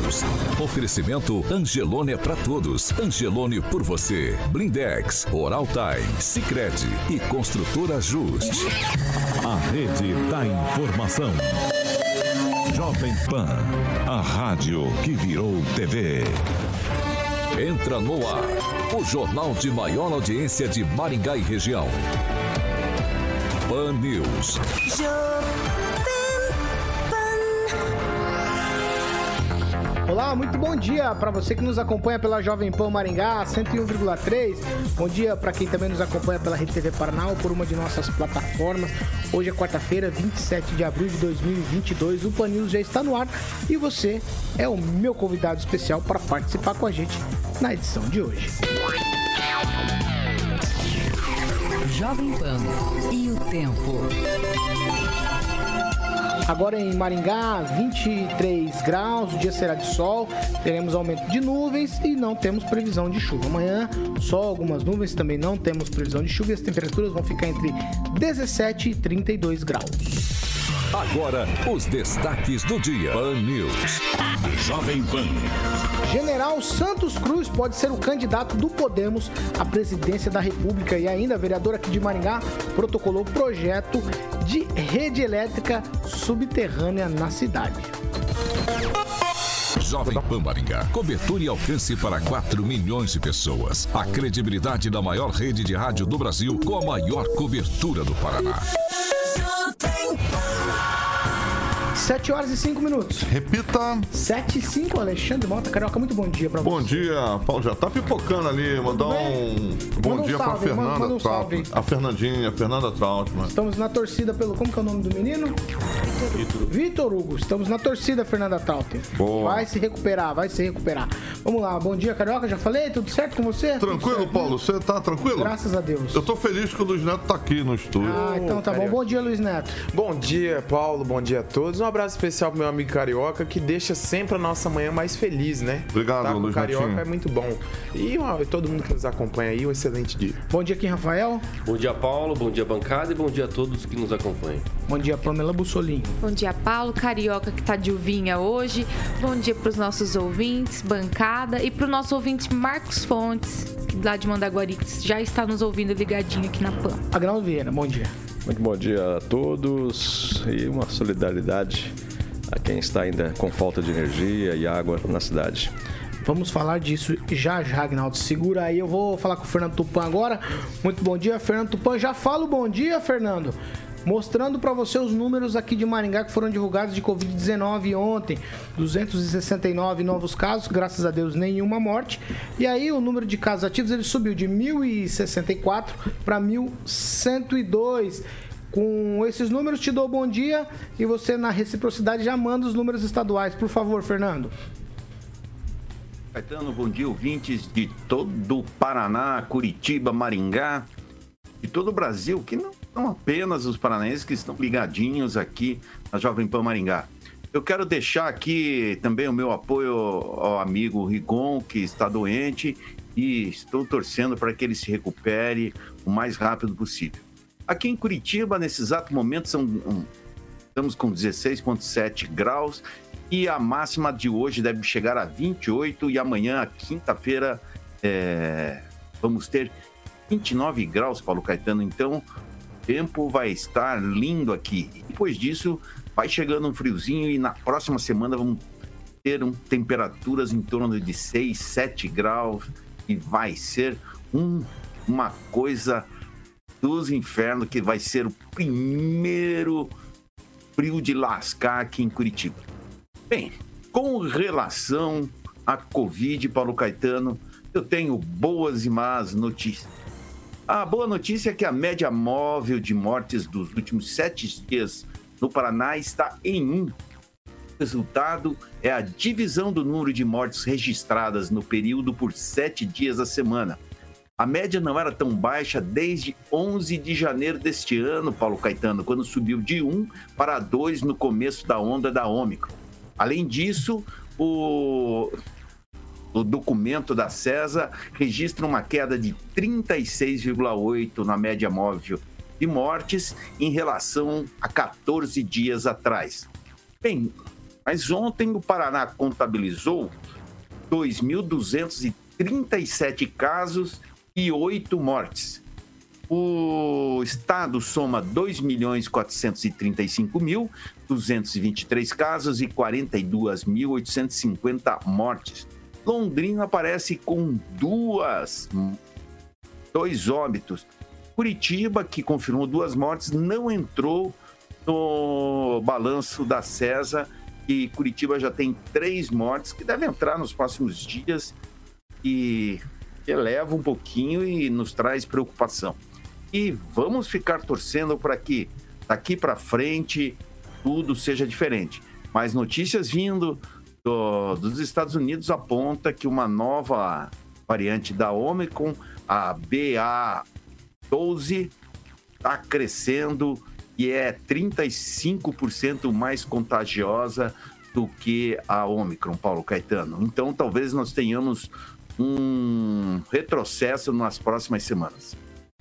todos. Oferecimento Angelone é pra todos. Angelone por você. Blindex, Oral Time, Sicredi e Construtora Just. A Rede da Informação. Jovem Pan, a rádio que virou TV. Entra no ar, o jornal de maior audiência de Maringá e região. Pan News. Olá, muito bom dia para você que nos acompanha pela Jovem Pan Maringá 101,3. Bom dia para quem também nos acompanha pela Rede TV Paraná ou por uma de nossas plataformas. Hoje é quarta-feira, 27 de abril de 2022. O Pan News já está no ar e você é o meu convidado especial para participar com a gente na edição de hoje. Jovem Pan e o tempo. Agora em Maringá, 23 graus, o dia será de sol, teremos aumento de nuvens e não temos previsão de chuva. Amanhã, só algumas nuvens, também não temos previsão de chuva e as temperaturas vão ficar entre 17 e 32 graus. Agora, os destaques do dia. Pan News. Jovem Pan. General Santos Cruz pode ser o candidato do Podemos à presidência da República e ainda a vereadora aqui de Maringá protocolou projeto de rede elétrica subterrânea na cidade. Jovem Pan Maringá. Cobertura e alcance para 4 milhões de pessoas. A credibilidade da maior rede de rádio do Brasil com a maior cobertura do Paraná. 7 horas e 5 minutos. Repita. 7 e 5, Alexandre Mota. Carioca, muito bom dia pra você. Bom dia, Paulo. Já tá pipocando ali. Mandar um bom dia pra Fernanda Trautmann. A Fernandinha, Fernanda Trautmann. Estamos na torcida pelo... Como que é o nome do menino? Vitor Hugo. Estamos na torcida, Fernanda Trautmann. Boa. Vai se recuperar. Vamos lá. Bom dia, Carioca. Já falei? Tudo certo com você? Tranquilo, certo, Paulo? Você tá tranquilo? Graças a Deus. Eu tô feliz que o Luiz Neto tá aqui no estúdio. Então tá bom. Bom dia, Luiz Neto. Bom dia, Paulo. Bom dia a todos. Um abraço especial pro meu amigo Carioca, que deixa sempre a nossa manhã mais feliz, né? Obrigado, tá, Luiz Carioca Netinho. é muito bom. E todo mundo que nos acompanha aí, um excelente dia. Bom dia aqui, Rafael. Bom dia, Paulo. Bom dia, bancada. E bom dia a todos que nos acompanham. Bom dia, Pamela Bussolini. Bom dia, Paulo. Carioca que tá de uvinha hoje. Bom dia pros nossos ouvintes, bancada. E pro nosso ouvinte Marcos Fontes, lá de Mandaguari, que já está nos ouvindo ligadinho aqui na PAN. Agnaldo Vieira, bom dia. Muito bom dia a todos e uma solidariedade a quem está ainda com falta de energia e água na cidade. Vamos falar disso já, Agnaldo. Segura aí, eu vou falar com o Fernando Tupan agora. Muito bom dia, Fernando Tupan. Já falo bom dia, Fernando. Mostrando para você os números aqui de Maringá que foram divulgados de Covid-19 ontem. 269 novos casos, graças a Deus nenhuma morte. E aí o número de casos ativos ele subiu de 1.064 para 1.102. Com esses números te dou bom dia e você na reciprocidade já manda os números estaduais. Por favor, Fernando. Caetano, bom dia, ouvintes de todo o Paraná, Curitiba, Maringá, de todo o Brasil, que não são apenas os paranaenses que estão ligadinhos aqui na Jovem Pan Maringá. Eu quero deixar aqui também o meu apoio ao amigo Rigon, que está doente, e estou torcendo para que ele se recupere o mais rápido possível. Aqui em Curitiba, nesse exato momento, estamos com 16,7 graus e a máxima de hoje deve chegar a 28 e amanhã, quinta-feira, vamos ter 29 graus, Paulo Caetano. Então, o tempo vai estar lindo aqui. Depois disso, vai chegando um friozinho e na próxima semana vamos ter temperaturas em torno de 6, 7 graus e vai ser uma coisa dos infernos, que vai ser o primeiro frio de lascar aqui em Curitiba. Bem, com relação à Covid, Paulo Caetano, eu tenho boas e más notícias. A boa notícia é que a média móvel de mortes dos últimos 7 dias no Paraná está em 1. O resultado é a divisão do número de mortes registradas no período por 7 dias da semana. A média não era tão baixa desde 11 de janeiro deste ano, Paulo Caetano, quando subiu de 1 para 2 no começo da onda da Ômicron. Além disso, o documento da CESA registra uma queda de 36,8 na média móvel de mortes em relação a 14 dias atrás. Bem, Mas ontem o Paraná contabilizou 2.237 casos e 8 mortes. O estado soma 2.435.223 casos e 42.850 mortes. Londrina aparece com 2 óbitos. Curitiba, que confirmou 2 mortes, não entrou no balanço da CESA, e Curitiba já tem 3 mortes, que devem entrar nos próximos dias, e eleva um pouquinho e nos traz preocupação. E vamos ficar torcendo para que daqui para frente tudo seja diferente. Mas notícias vindo dos Estados Unidos aponta que uma nova variante da Omicron, a BA12, está crescendo e é 35% mais contagiosa do que a Omicron, Paulo Caetano. Então, talvez nós tenhamos um retrocesso nas próximas semanas.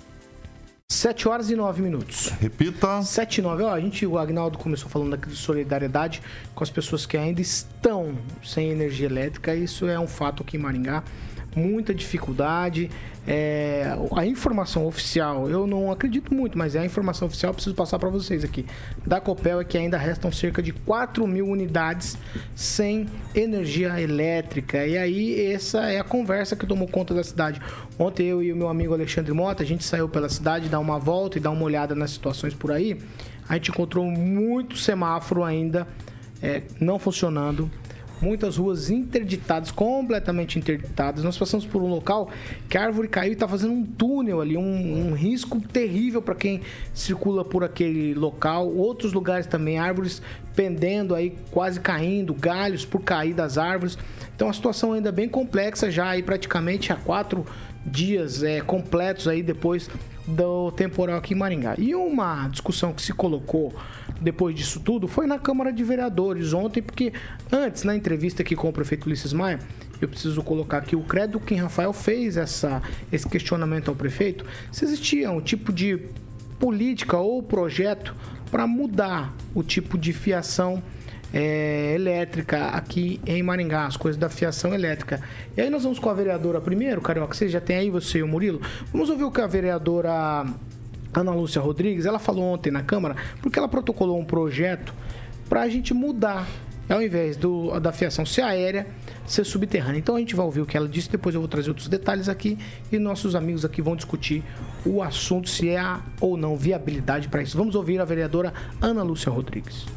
7 horas e 9 minutos. Repita. 7 e 9. O Agnaldo começou falando aqui de solidariedade com as pessoas que ainda estão sem energia elétrica. Isso é um fato aqui em Maringá. Muita dificuldade. A informação oficial, eu não acredito muito, mas é a informação oficial, eu preciso passar para vocês aqui. Da Copel é que ainda restam cerca de 4.000 unidades sem energia elétrica. E aí, essa é a conversa que tomou conta da cidade. Ontem eu e o meu amigo Alexandre Mota, a gente saiu pela cidade, dar uma volta e dar uma olhada nas situações por aí. A gente encontrou muito semáforo ainda não funcionando. Muitas ruas interditadas, completamente interditadas. Nós passamos por um local que a árvore caiu e está fazendo um túnel ali, um risco terrível para quem circula por aquele local. Outros lugares também, árvores pendendo aí, quase caindo, galhos por cair das árvores. Então a situação ainda é bem complexa, já aí praticamente há 4 dias completos aí depois do temporal aqui em Maringá. E uma discussão que se colocou depois disso tudo foi na Câmara de Vereadores ontem, porque antes, na entrevista aqui com o prefeito Ulisses Maia, eu preciso colocar aqui, o Credo Kim Rafael fez esse questionamento ao prefeito, se existia um tipo de política ou projeto para mudar o tipo de fiação elétrica aqui em Maringá, as coisas da fiação elétrica. E aí nós vamos com a vereadora primeiro, Carioca, você já tem aí, você e o Murilo. Vamos ouvir o que a vereadora Ana Lúcia Rodrigues, ela falou ontem na Câmara, porque ela protocolou um projeto para a gente mudar, ao invés da fiação ser aérea, ser subterrânea. Então a gente vai ouvir o que ela disse, depois eu vou trazer outros detalhes aqui e nossos amigos aqui vão discutir o assunto, se há ou não viabilidade para isso. Vamos ouvir a vereadora Ana Lúcia Rodrigues.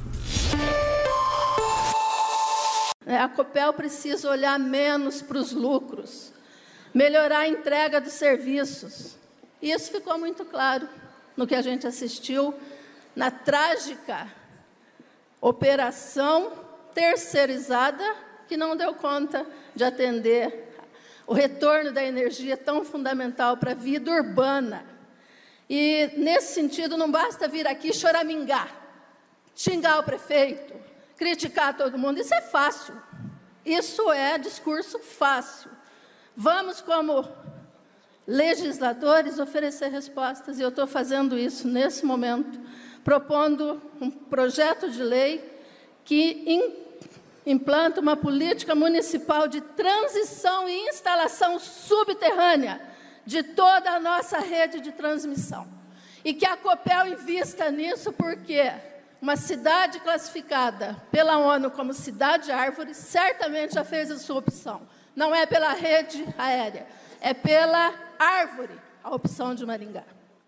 A Copel precisa olhar menos para os lucros, melhorar a entrega dos serviços. E isso ficou muito claro no que a gente assistiu na trágica operação terceirizada que não deu conta de atender o retorno da energia tão fundamental para a vida urbana. E, nesse sentido, não basta vir aqui choramingar, xingar o prefeito, criticar todo mundo, isso é fácil. Isso é discurso fácil. Vamos, como legisladores, oferecer respostas, e eu estou fazendo isso nesse momento, propondo um projeto de lei que implanta uma política municipal de transição e instalação subterrânea de toda a nossa rede de transmissão. E que a Copel invista nisso, porque uma cidade classificada pela ONU como cidade árvore certamente já fez a sua opção. Não é pela rede aérea, é pela árvore a opção de Maringá.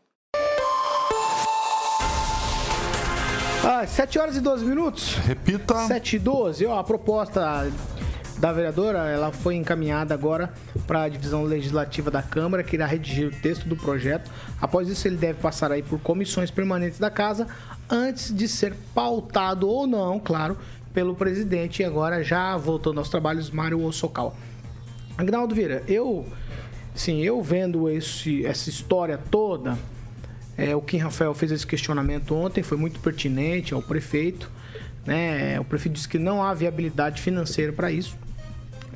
7 horas e 12 minutos. Repita. 7 e 12. A proposta da vereadora, ela foi encaminhada agora para a divisão legislativa da Câmara, que irá redigir o texto do projeto. Após isso, ele deve passar aí por comissões permanentes da Casa, antes de ser pautado ou não, claro, pelo presidente. E agora, já voltando aos trabalhos, Mário Ossocal. Agnaldo Vieira, eu vendo essa história toda, o Kim Rafael fez esse questionamento ontem, foi muito pertinente ao prefeito, né? O prefeito disse que não há viabilidade financeira para isso,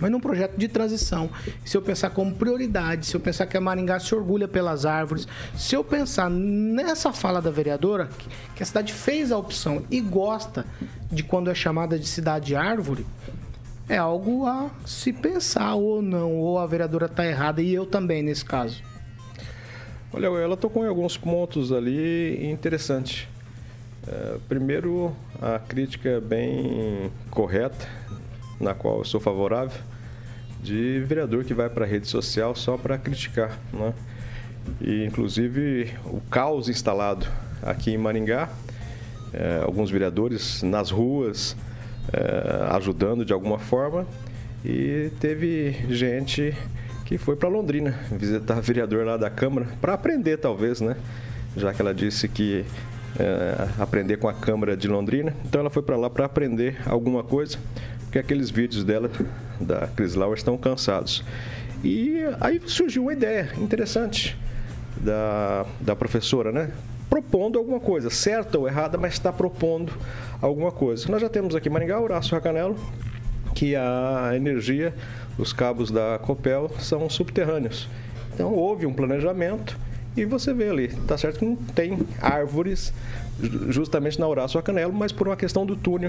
mas num projeto de transição. Se eu pensar como prioridade, se eu pensar que a Maringá se orgulha pelas árvores, se eu pensar nessa fala da vereadora, que a cidade fez a opção e gosta de quando é chamada de cidade árvore, é algo a se pensar ou não, ou a vereadora está errada e eu também nesse caso. Olha, ela tocou em alguns pontos ali interessantes. Primeiro, a crítica bem correta, na qual eu sou favorável, de vereador que vai para a rede social só para criticar, né? E, inclusive, o caos instalado aqui em Maringá, alguns vereadores nas ruas ajudando de alguma forma, e teve gente que foi para Londrina visitar vereador lá da Câmara para aprender, talvez, né? Já que ela disse que aprender com a Câmara de Londrina. Então ela foi para lá para aprender alguma coisa, porque aqueles vídeos dela, da Cris Lauer, estão cansados. E aí surgiu uma ideia interessante da professora, né? Propondo alguma coisa, certa ou errada, mas está propondo alguma coisa. Nós já temos aqui em Maringá, Horácio Racanello, que a energia, os cabos da Copel são subterrâneos. Então houve um planejamento. E você vê ali, tá certo que não tem árvores justamente na Horácio Racanello, mas por uma questão do túnel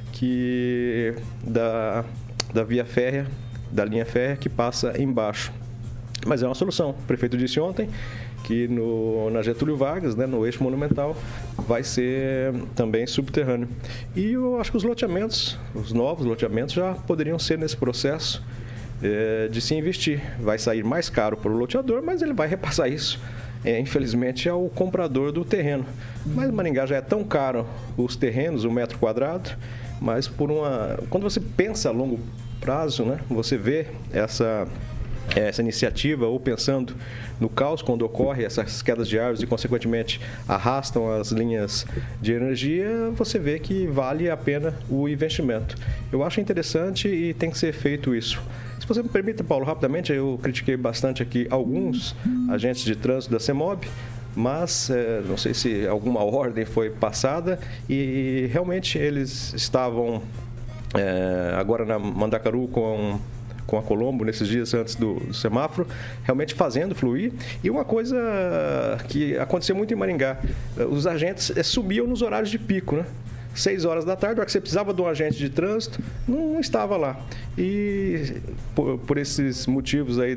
da via férrea, da linha férrea que passa embaixo. Mas é uma solução. O prefeito disse ontem que na Getúlio Vargas, né, no eixo monumental, vai ser também subterrâneo. E eu acho que os loteamentos, os novos loteamentos, já poderiam ser nesse processo de se investir. Vai sair mais caro para o loteador, mas ele vai repassar isso, infelizmente, ao comprador do terreno. Mas Maringá já é tão caro os terrenos, o metro quadrado, mas quando você pensa a longo prazo, né, você vê essa iniciativa, ou pensando no caos quando ocorre essas quedas de árvores e, consequentemente, arrastam as linhas de energia, você vê que vale a pena o investimento. Eu acho interessante e tem que ser feito isso. Se você me permite, Paulo, rapidamente, eu critiquei bastante aqui alguns agentes de trânsito da CEMOB, mas não sei se alguma ordem foi passada e realmente eles estavam agora na Mandacaru com a Colombo, nesses dias antes do semáforo, realmente fazendo fluir. E uma coisa que aconteceu muito em Maringá, os agentes sumiam nos horários de pico, né? 6 horas da tarde, a hora que você precisava de um agente de trânsito, não estava lá. E por esses motivos aí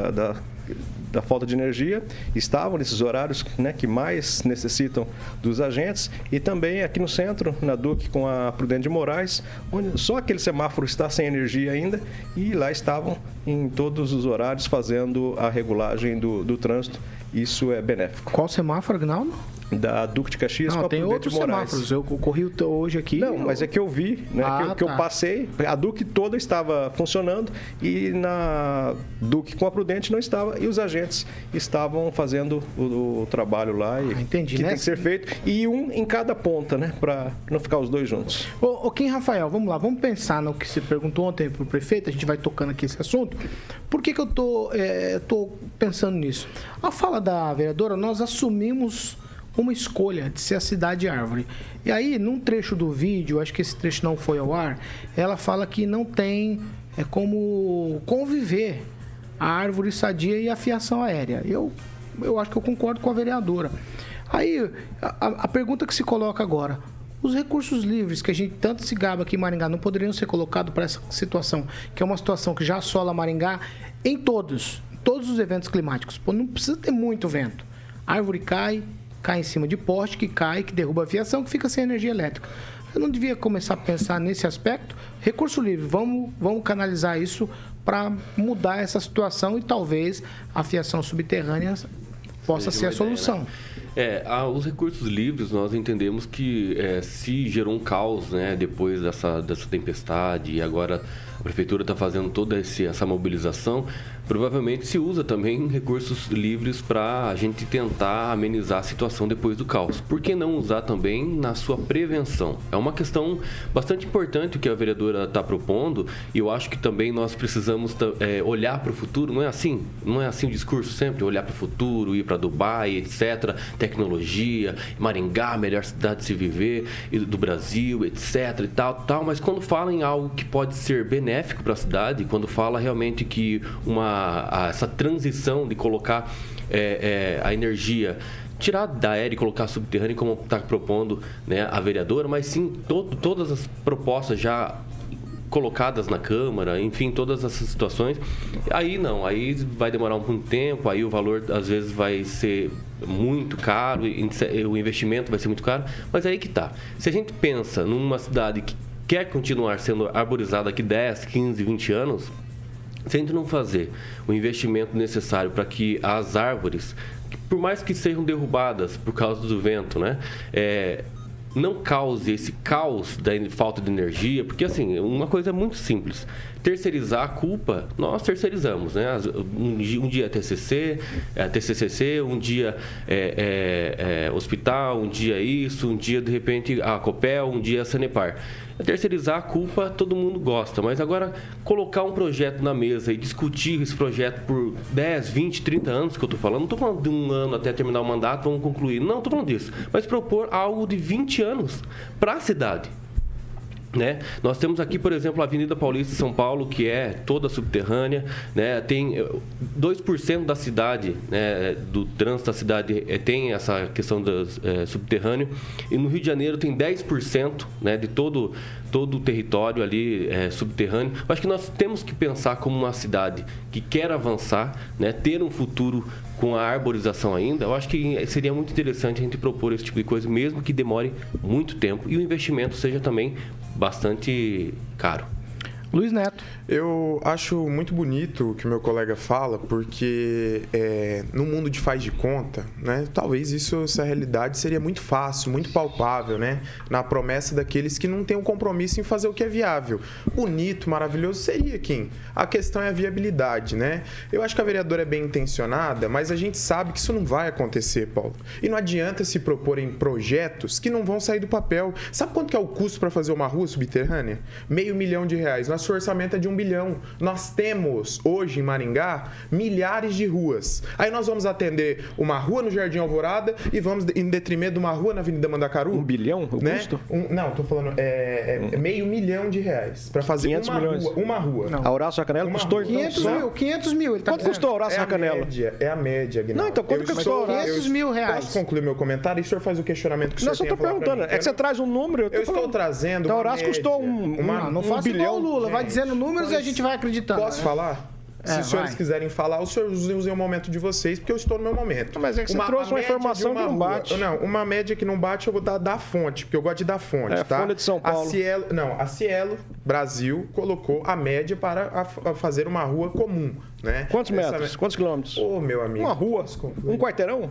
da falta de energia, estavam nesses horários, né, que mais necessitam dos agentes, e também aqui no centro, na Duque com a Prudente de Moraes, onde só aquele semáforo está sem energia ainda, e lá estavam em todos os horários fazendo a regulagem do trânsito. Isso é benéfico. Qual semáforo, Agnaldo? Da Duque de Caxias com a tem outros semáforos. Eu corri hoje aqui. Não, mas é que eu vi, né? Que eu passei, a Duque toda estava funcionando e na Duque com a Prudente não estava, e os agentes estavam fazendo o trabalho lá e entendi, que né? tem que ser feito, e um em cada ponta, né? Para não ficar os dois juntos. Ô Kim Rafael, vamos lá, vamos pensar no que você perguntou ontem para o prefeito, a gente vai tocando aqui esse assunto. Por que eu tô pensando nisso? A fala da vereadora, nós assumimos uma escolha de ser a cidade árvore. E aí, num trecho do vídeo, acho que esse trecho não foi ao ar, ela fala que não tem como conviver a árvore sadia e a fiação aérea. Eu acho que eu concordo com a vereadora. Aí, a pergunta que se coloca agora, os recursos livres que a gente tanto se gaba aqui em Maringá não poderiam ser colocados para essa situação, que é uma situação que já assola Maringá em todos os eventos climáticos. Pô, não precisa ter muito vento. A árvore cai em cima de poste, que cai, que derruba a fiação, que fica sem energia elétrica. Eu não devia começar a pensar nesse aspecto? Recurso livre, vamos canalizar isso para mudar essa situação e talvez a fiação subterrânea possa ser a solução. Os recursos livres, nós entendemos que se gerou um caos, né, depois dessa tempestade, e agora a prefeitura está fazendo toda essa mobilização, provavelmente se usa também recursos livres para a gente tentar amenizar a situação depois do caos. Por que não usar também na sua prevenção? É uma questão bastante importante que a vereadora está propondo, e eu acho que também nós precisamos olhar para o futuro. Não é assim o discurso sempre? Olhar para o futuro, ir para Dubai, etc., tecnologia, Maringá, melhor cidade de se viver do Brasil, etc. e tal, mas quando falam em algo que pode ser benéfico benéfico para a cidade quando fala realmente que essa transição de colocar a energia, tirar da aérea e colocar subterrânea, como está propondo, né, a vereadora, mas sim todas as propostas já colocadas na Câmara, enfim, todas essas situações. Aí não, aí vai demorar muito tempo, aí o valor às vezes vai ser muito caro, o investimento vai ser muito caro, mas aí que tá. Se a gente pensa numa cidade que quer continuar sendo arborizada daqui 10, 15, 20 anos, se a gente não fazer o investimento necessário para que as árvores, por mais que sejam derrubadas por causa do vento, né, não cause esse caos da falta de energia, porque assim, uma coisa muito simples, terceirizar a culpa, nós terceirizamos, né? Um dia TCCC, um dia hospital, um dia isso, um dia de repente a Copel, um dia a Sanepar. Terceirizar a culpa todo mundo gosta, mas agora colocar um projeto na mesa e discutir esse projeto por 10, 20, 30 anos que eu estou falando, não estou falando de um ano até terminar o mandato, vamos concluir, não estou falando disso, mas propor algo de 20 anos para a cidade. Né? Nós temos aqui, por exemplo, a Avenida Paulista de São Paulo, que é toda subterrânea, né? Tem 2% da cidade, né, do trânsito da cidade tem essa questão do subterrâneo, e no Rio de Janeiro tem 10%, né, de todo o território ali subterrâneo. Eu acho que nós temos que pensar como uma cidade que quer avançar, né, ter um futuro com a arborização ainda. Eu acho que seria muito interessante a gente propor esse tipo de coisa, mesmo que demore muito tempo e o investimento seja também bastante caro. Luiz Neto. Eu acho muito bonito o que o meu colega fala, porque no mundo de faz de conta, né, talvez essa realidade seria muito fácil, muito palpável, né, na promessa daqueles que não têm um compromisso em fazer o que é viável. Bonito, maravilhoso seria, Kim. A questão é a viabilidade, né? Eu acho que a vereadora é bem intencionada, mas a gente sabe que isso não vai acontecer, Paulo. E não adianta se proporem projetos que não vão sair do papel. Sabe quanto que é o custo para fazer uma rua subterrânea? R$500 milhão. Nosso orçamento é de 1 bilhão. Nós temos, hoje em Maringá, milhares de ruas. Aí nós vamos atender uma rua no Jardim Alvorada e vamos em detrimento de uma rua na Avenida Mandacaru. 1 bilhão o custo? Não, tô falando, R$500 milhão para fazer uma rua. A Horácio Racanello custou 500 mil. Quanto custou a Horácio Racanello? É a média, Guinaldo. Não, então quanto custou? R$500 mil. Posso concluir meu comentário? E o senhor faz o questionamento que o senhor tem a falar. Não, só tô perguntando. É que você traz um número. Eu estou trazendo então, Horácio custou não faça igual o Lula. Vai dizendo números e a gente vai acreditando. Posso falar? Se os senhores quiserem falar, os senhores usem o momento de vocês, porque eu estou no meu momento. Mas é que você trouxe uma informação que não bate. Não, uma média que não bate, eu vou dar da fonte, porque eu gosto de dar fonte, tá? A Folha de São Paulo. A Cielo Brasil colocou a média para fazer uma rua comum, né? Quantos metros? Quantos quilômetros? Ô, meu amigo. Uma rua? Um quarteirão?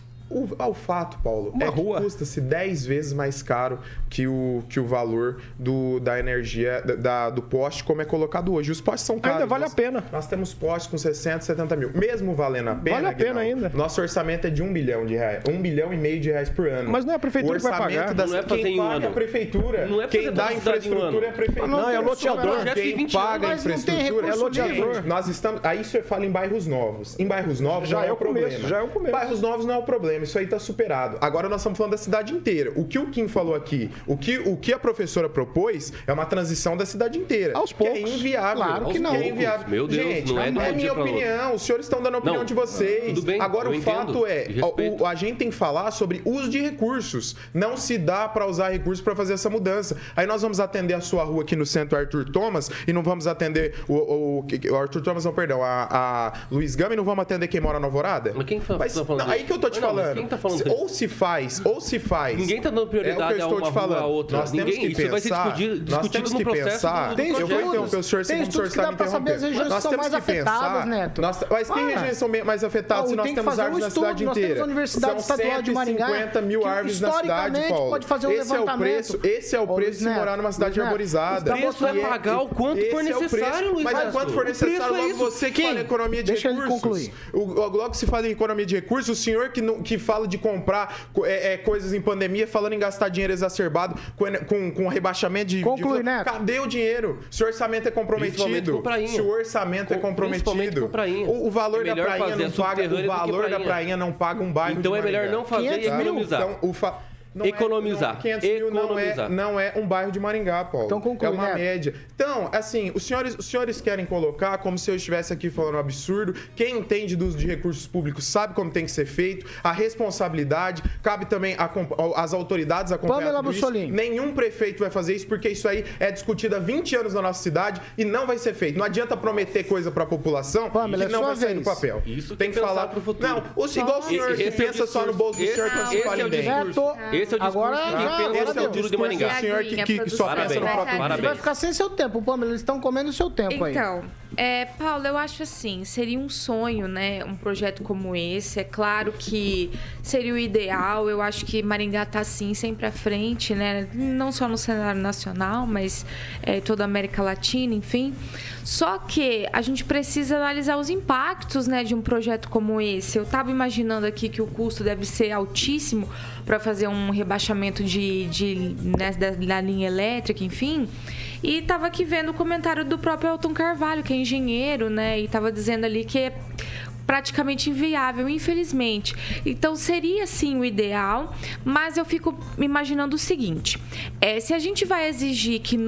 O fato, Paulo, uma rua custa-se 10 vezes mais caro que o valor da energia, do poste, como é colocado hoje. Os postes são caros. Ainda vale a pena. Nós temos postes com 60, 70 mil. Mesmo valendo a pena, vale a pena ainda. Nosso orçamento é de R$1 bilhão. R$1,5 bilhão de reais por ano. Mas não é a prefeitura que vai pagar. Não é fazer quem paga é a prefeitura. Não é quem dá infraestrutura é a prefeitura. Não, é o loteador. Quem paga a infraestrutura é o loteador. Nós estamos... Aí você fala em bairros novos. Em bairros novos já é o problema. Já é o começo. Bairros novos não é o problema. Isso aí está superado. Agora nós estamos falando da cidade inteira. O que o Kim falou aqui, o que a professora propôs é uma transição da cidade inteira. Aos poucos. Que é inviável. Claro que não. Que é inviável. Meu Deus, gente, não é minha opinião. Os senhores estão dando a opinião de vocês. Tudo bem, agora o fato a gente tem que falar sobre uso de recursos. Não se dá para usar recursos para fazer essa mudança. Aí nós vamos atender a sua rua aqui no centro, Arthur Thomas, e não vamos atender o Arthur Thomas, não, perdão, a Luiz Gama, e não vamos atender quem mora na Alvorada? Mas quem tá falando não, aí que eu tô te falando. Quem tá falando ou se faz. Ninguém tá dando prioridade a uma rua a outra. Nós temos que isso vai ser discutido no processo. Eu vou interromper o senhor, segundo o senhor está me interrompendo. Nós temos que pensar. Mas que regiões são mais afetadas se nós temos árvores na cidade inteira? Nós temos a Universidade Estadual de Maringá. 150 mil árvores na cidade, Paulo. Pode fazer um levantamento. Esse é o preço de morar numa cidade arborizada. O preço é pagar o quanto for necessário, Luiz. Mas o quanto for necessário, logo você que fala em economia de recursos. Logo se fala em economia de recursos, o senhor que fala de comprar coisas em pandemia, falando em gastar dinheiro exacerbado com rebaixamento de... Conclui, né? Cadê o dinheiro? Se o orçamento é comprometido. Se o orçamento é comprometido. O valor da prainha não paga. O valor da prainha não paga um bairro. Então é melhor não fazer e economizar. Economizar. 500 mil não é um bairro de Maringá, Paulo. Então, conclui, é uma média. Então, assim, os senhores querem colocar como se eu estivesse aqui falando um absurdo. Quem entende do uso de recursos públicos sabe como tem que ser feito. A responsabilidade cabe também às autoridades acompanhar tudo isso. Nenhum prefeito vai fazer isso, porque isso aí é discutido há 20 anos na nossa cidade e não vai ser feito. Não adianta prometer coisa para a população que não vai sair do papel. Isso tem que falar para o futuro. Não, igual o senhor que pensa só no bolso do senhor quando se fala em bem. Esse é o discurso de quem pensa no futuro de Maringá. O senhor que só pensa no próprio. Você vai ficar sem seu tempo, Pamela. Eles estão comendo o seu tempo aí. Então, Paulo, eu acho assim, seria um sonho, né? Um projeto como esse. É claro que seria o ideal. Eu acho que Maringá está, sim, sempre à frente, né? Não só no cenário nacional, mas toda a América Latina, enfim. Só que a gente precisa analisar os impactos, né, de um projeto como esse. Eu estava imaginando aqui que o custo deve ser altíssimo para fazer um rebaixamento da linha elétrica, enfim. E estava aqui vendo o comentário do próprio Elton Carvalho, que é engenheiro, né? E estava dizendo ali que é praticamente inviável, infelizmente. Então, seria, sim, o ideal, mas eu fico imaginando o seguinte. Se a gente vai exigir que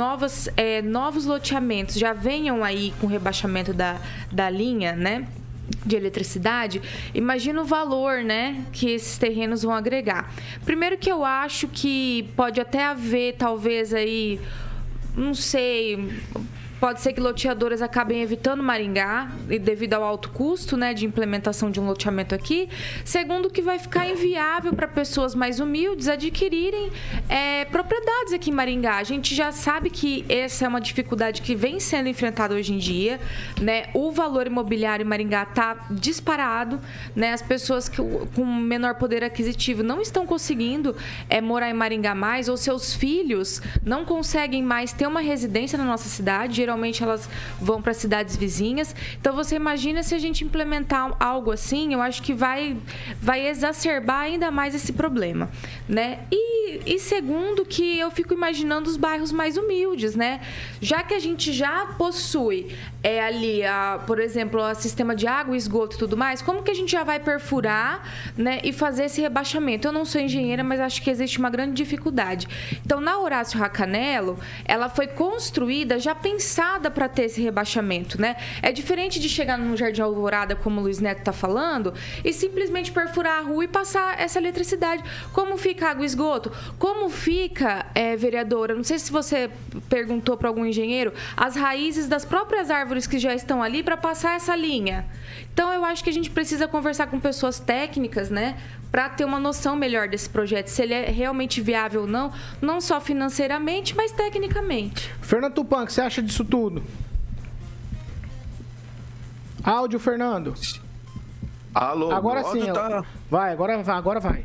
novos loteamentos já venham aí com rebaixamento da linha, né, de eletricidade, imagina o valor, né, que esses terrenos vão agregar. Primeiro que eu acho que pode até haver, talvez, aí, não sei... Pode ser que loteadoras acabem evitando Maringá devido ao alto custo, né, de implementação de um loteamento aqui. Segundo, que vai ficar inviável para pessoas mais humildes adquirirem propriedades aqui em Maringá. A gente já sabe que essa é uma dificuldade que vem sendo enfrentada hoje em dia, né? O valor imobiliário em Maringá está disparado, né? As pessoas com menor poder aquisitivo não estão conseguindo morar em Maringá mais, ou seus filhos não conseguem mais ter uma residência na nossa cidade. Geralmente elas vão para cidades vizinhas. Então, você imagina se a gente implementar algo assim, eu acho que vai exacerbar ainda mais esse problema, né? E segundo, que eu fico imaginando os bairros mais humildes, né? Já que a gente já possui ali, por exemplo, o sistema de água, esgoto e tudo mais, como que a gente já vai perfurar, né, e fazer esse rebaixamento? Eu não sou engenheira, mas acho que existe uma grande dificuldade. Então, na Horácio Racanello, ela foi construída já pensada para ter esse rebaixamento, né? É diferente de chegar no Jardim Alvorada, como o Luiz Neto está falando, e simplesmente perfurar a rua e passar essa eletricidade. Como fica água e esgoto? Como fica, vereadora, não sei se você perguntou para algum engenheiro, as raízes das próprias árvores que já estão ali para passar essa linha. Então, eu acho que a gente precisa conversar com pessoas técnicas, né, para ter uma noção melhor desse projeto, se ele é realmente viável ou não, não só financeiramente, mas tecnicamente. Fernando Tupan, o que você acha disso tudo? Áudio, Fernando. Alô, agora sim. Tá... Vai, agora vai.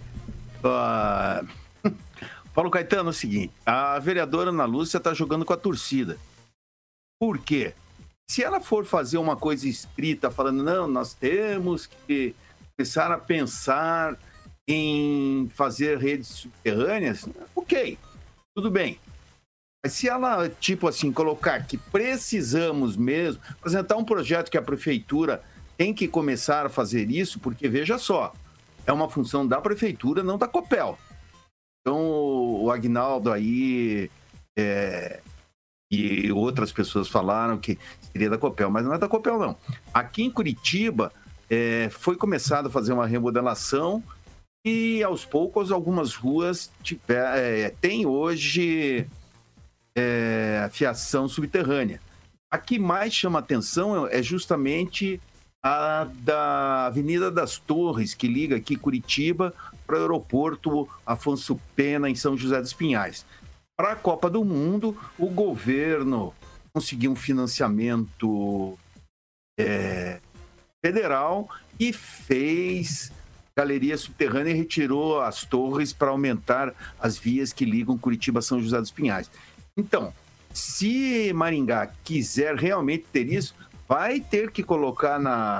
Paulo Caetano, é o seguinte, a vereadora Ana Lúcia está jogando com a torcida. Por quê? Se ela for fazer uma coisa escrita, falando, não, nós temos que começar a pensar em fazer redes subterrâneas, ok, tudo bem. Mas se ela, tipo assim, colocar que precisamos mesmo, apresentar um projeto que a prefeitura tem que começar a fazer isso, porque, veja só, é uma função da prefeitura, não da Copel. Então, o Aguinaldo aí e outras pessoas falaram que seria da Copel, mas não é da Copel, não. Aqui em Curitiba, foi começado a fazer uma remodelação e, aos poucos, algumas ruas têm hoje a fiação subterrânea. A que mais chama atenção é justamente a da Avenida das Torres, que liga aqui Curitiba para o aeroporto Afonso Pena, em São José dos Pinhais. Para a Copa do Mundo, o governo conseguiu um financiamento federal e fez galeria subterrânea e retirou as torres para aumentar as vias que ligam Curitiba a São José dos Pinhais. Então, se Maringá quiser realmente ter isso, vai ter que colocar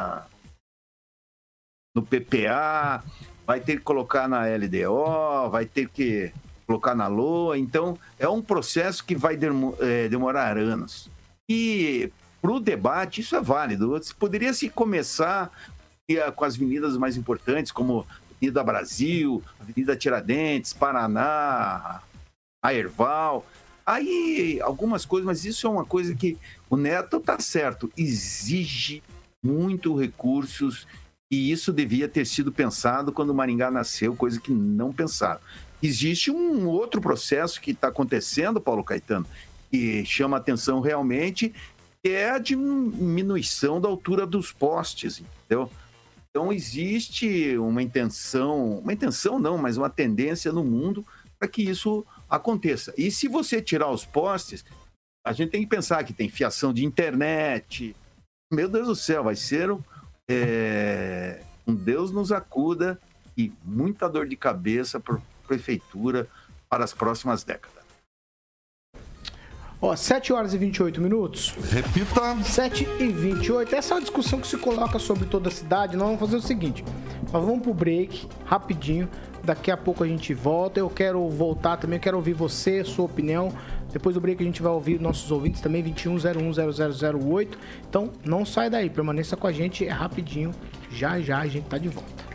no PPA, vai ter que colocar na LDO, vai ter que colocar na LOA. Então, é um processo que vai demorar anos. E para o debate, isso é válido. Poderia se começar com as avenidas mais importantes, como Avenida Brasil, Avenida Tiradentes, Paraná, Aerval. Aí, algumas coisas, mas isso é uma coisa que o Neto tá certo, exige muito recursos e isso devia ter sido pensado quando o Maringá nasceu, coisa que não pensaram. Existe um outro processo que está acontecendo, Paulo Caetano, que chama atenção realmente, que é a diminuição da altura dos postes, entendeu? Então, existe uma intenção não, mas uma tendência no mundo para que isso aconteça. E se você tirar os postes, a gente tem que pensar que tem fiação de internet. Meu Deus do céu, vai ser um Deus nos acuda e muita dor de cabeça para a prefeitura para as próximas décadas. 7 horas e 28 minutos. Repita. 7 e 28. Essa é uma discussão que se coloca sobre toda a cidade. Nós vamos fazer o seguinte. Nós vamos pro break, rapidinho. Daqui a pouco a gente volta. Eu quero voltar também, eu quero ouvir você, sua opinião. Depois do break a gente vai ouvir nossos ouvintes também, 21010008. Então não sai daí, permaneça com a gente, é rapidinho. Já a gente tá de volta.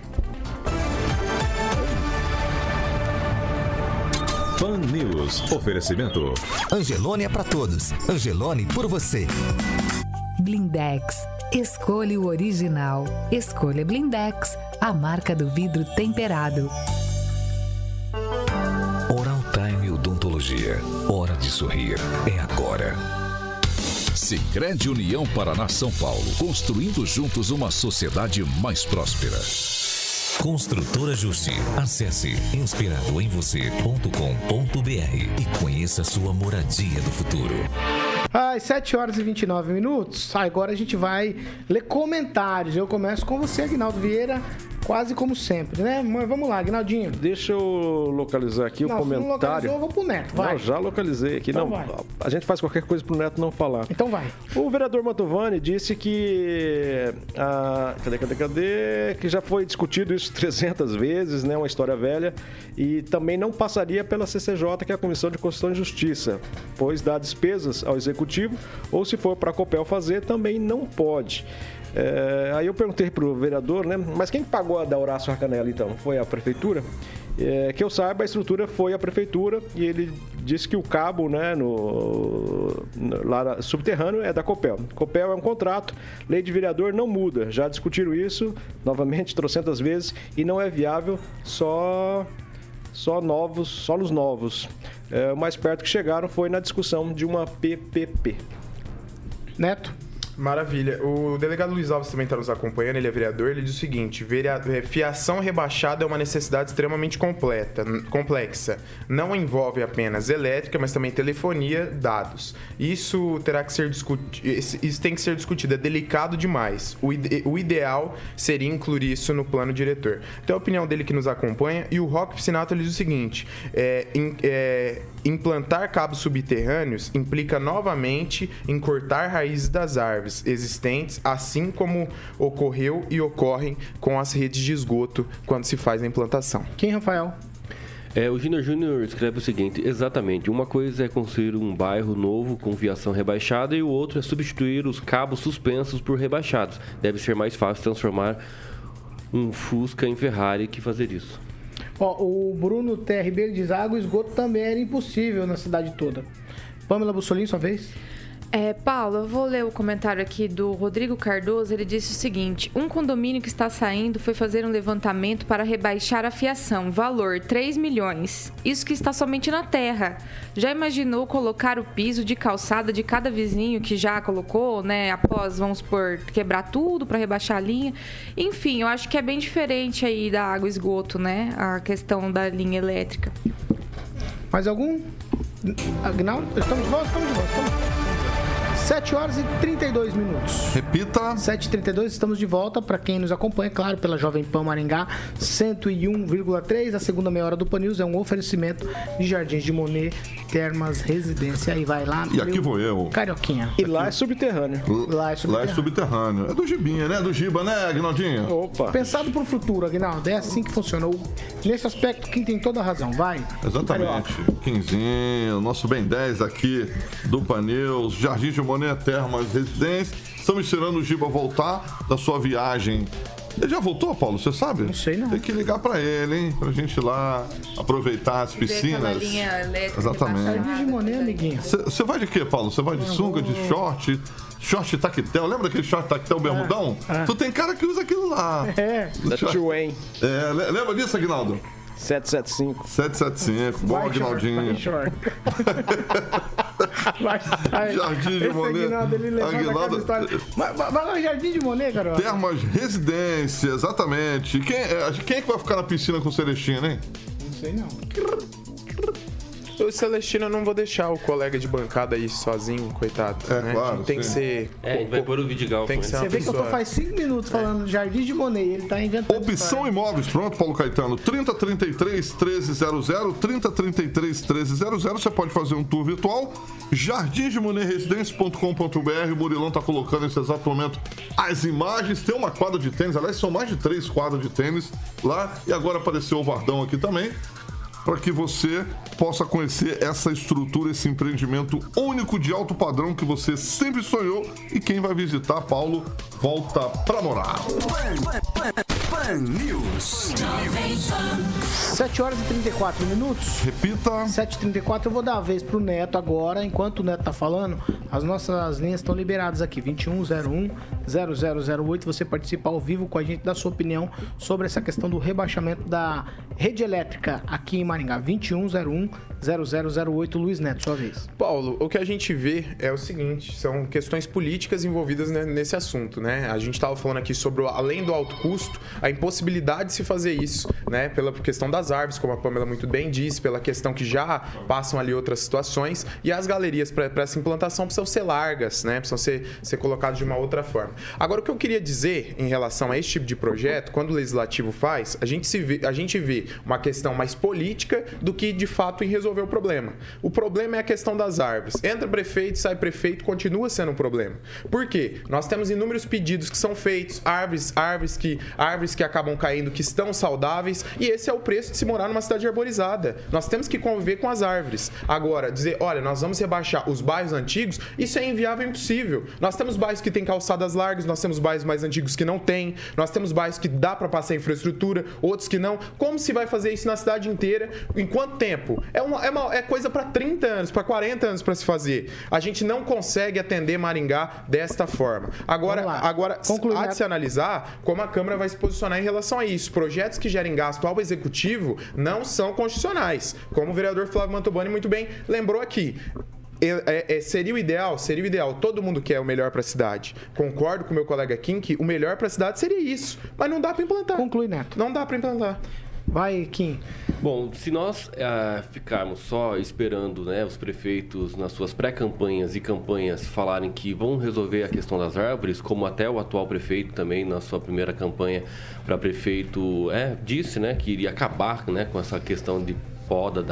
Pan News. Oferecimento. Angelone é pra todos. Angelone por você. Blindex. Escolha o original. Escolha Blindex, a marca do vidro temperado. Oral Time Odontologia. Hora de sorrir. É agora. Sicredi União Paraná São Paulo. Construindo juntos uma sociedade mais próspera. Construtora Justi. Acesse inspiradoemvocê.com.br e conheça sua moradia do futuro. Às 7 horas e 29 minutos, agora a gente vai ler comentários. Eu começo com você, Aguinaldo Vieira, quase como sempre, né? Mas vamos lá, Aguinaldinho. Deixa eu localizar aqui o comentário. Não localizou, eu vou pro Neto, vai. Não, já localizei aqui. Então não, vai. A gente faz qualquer coisa pro Neto não falar. Então vai. O vereador Mantovani disse que... que já foi discutido isso 300 vezes, né? Uma história velha. E também não passaria pela CCJ, que é a Comissão de Constituição e Justiça, pois dá despesas ao Executivo, ou se for para a Copel fazer, também não pode. Aí eu perguntei pro vereador, né? Mas quem pagou a da Horácio Racanella, então? Foi a prefeitura? Que eu saiba, a estrutura foi a prefeitura e ele disse que o cabo, né, lá subterrâneo é da Copel. Copel é um contrato, lei de vereador não muda. Já discutiram isso, novamente, 300 vezes, e não é viável só nos novos. O mais perto que chegaram foi na discussão de uma PPP. Neto? Maravilha. O delegado Luiz Alves também está nos acompanhando, ele é vereador, ele diz o seguinte: fiação rebaixada é uma necessidade extremamente complexa. Não envolve apenas elétrica, mas também telefonia, dados. Isso terá que ser discutido, isso tem que ser discutido, é delicado demais. O ideal seria incluir isso no plano diretor. Então a opinião dele que nos acompanha, e o Roque Piscinato ele diz o seguinte: implantar cabos subterrâneos implica novamente em cortar raízes das árvores existentes, assim como ocorreu e ocorrem com as redes de esgoto quando se faz a implantação. Quem, Rafael? O Júnior escreve o seguinte: exatamente, uma coisa é construir um bairro novo com fiação rebaixada e o outro é substituir os cabos suspensos por rebaixados. Deve ser mais fácil transformar um Fusca em Ferrari que fazer isso. O Bruno TRB diz: água e esgoto também era impossível na cidade toda. Pamela Bussolini, sua vez. Paulo, eu vou ler o comentário aqui do Rodrigo Cardoso. Ele disse o seguinte: um condomínio que está saindo foi fazer um levantamento para rebaixar a fiação, valor 3 milhões. Isso que está somente na terra. Já imaginou colocar o piso de calçada de cada vizinho que já colocou, né? Após, vamos supor, quebrar tudo para rebaixar a linha. Enfim, eu acho que é bem diferente aí da água e esgoto, né? A questão da linha elétrica. Mais algum? Aguinaldo? Estamos de volta? 7 horas e 32 minutos. Repita. 7h32, estamos de volta. Para quem nos acompanha, claro, pela Jovem Pan Maringá 101,3. A segunda meia hora do Pan News é um oferecimento de Jardins de Monet, Termas Residência. Aí vai lá. E aqui vou eu. Carioquinha. E lá é subterrâneo. Lá é subterrâneo. É do Gibinha, né? Do Giba, né, Aguinaldinho? Opa. Pensado pro futuro, Aguinaldo. É assim que funcionou. Nesse aspecto, quem tem toda a razão. Vai. Exatamente. Quinzinho, nosso bem 10 aqui do Pan News, Jardins de Monet, Termas Residência. Estamos esperando o Giba voltar da sua viagem Ele já voltou, Paulo? Você sabe? Não sei, não. Tem que ligar pra ele, hein? Pra gente ir lá aproveitar as piscinas. Linha elétrica. Exatamente. Jardim de Monet, amiguinho. Você vai de quê, Paulo? Você vai de sunga, de short? Short tactel, lembra aquele short tactel bermudão? Tu tem cara que usa aquilo lá. Da Twain. Lembra disso, Aguinaldo? 775. 775. Bom, Aguinaldinho. Jardim de Monet. Aguinaldo. Vai lá no Jardim de Monet, cara. Termas Residência, exatamente. Quem é que vai ficar na piscina com o Celestino, hein? Não sei, não. O Celestino, eu não vou deixar o colega de bancada aí sozinho, coitado. Né? Claro, tem que ser... a gente vai pôr o Vidigal. Tem que ser Você vê que eu tô faz 5 minutos falando Jardim de Monet, ele tá inventando. Opção Imóveis, pronto, Paulo Caetano. 3033-1300, 3033-1300. Você pode fazer um tour virtual. jardimdemonetresidencia.com.br. O Murilão tá colocando nesse exato momento as imagens. Tem uma quadra de tênis, aliás, são mais de 3 quadras de tênis lá. E agora apareceu o Vardão aqui também, para que você possa conhecer essa estrutura, esse empreendimento único de alto padrão que você sempre sonhou. E quem vai visitar, Paulo, volta pra morar. Pan News. 7 horas e 34 minutos. Repita. 7h34, eu vou dar a vez pro Neto agora. Enquanto o Neto tá falando, as nossas linhas estão liberadas aqui. 2101-0008. Você participa ao vivo com a gente, dá sua opinião sobre essa questão do rebaixamento da rede elétrica aqui em Maringá. 2101-0008. Luiz Neto, sua vez. Paulo, o que a gente vê é o seguinte, são questões políticas envolvidas nesse assunto, né? A gente estava falando aqui sobre, além do alto custo, a impossibilidade de se fazer isso, né? Pela questão das árvores, como a Pamela muito bem disse, pela questão que já passam ali outras situações, e as galerias para essa implantação precisam ser largas, né? Precisam ser colocadas de uma outra forma. Agora, o que eu queria dizer em relação a esse tipo de projeto, quando o Legislativo faz, a gente vê uma questão mais política do que, de fato, em resolver o problema. O problema é a questão das árvores. Entra prefeito, sai prefeito, continua sendo um problema. Por quê? Nós temos inúmeros pedidos que são feitos, árvores que acabam caindo, que estão saudáveis, e esse é o preço de se morar numa cidade arborizada. Nós temos que conviver com as árvores. Agora, dizer, olha, nós vamos rebaixar os bairros antigos, isso é inviável e impossível. Nós temos bairros que têm calçadas largas, nós temos bairros mais antigos que não têm, nós temos bairros que dá para passar infraestrutura, outros que não. Como se vai fazer isso na cidade inteira? Em quanto tempo? É coisa para 30 anos, para 40 anos para se fazer. A gente não consegue atender Maringá desta forma. Agora há de se analisar como a Câmara vai se posicionar em relação a isso. Projetos que gerem gasto ao Executivo não são constitucionais, como o vereador Flávio Mantovani muito bem lembrou aqui. Seria o ideal, todo mundo quer o melhor para a cidade. Concordo com o meu colega Kim que o melhor para a cidade seria isso, mas não dá para implantar. Conclui, Neto. Não dá para implantar. Vai, Kim. Bom, se nós ficarmos só esperando, né, os prefeitos nas suas pré-campanhas e campanhas falarem que vão resolver a questão das árvores, como até o atual prefeito também na sua primeira campanha para prefeito disse, né, que iria acabar, né, com essa questão de poda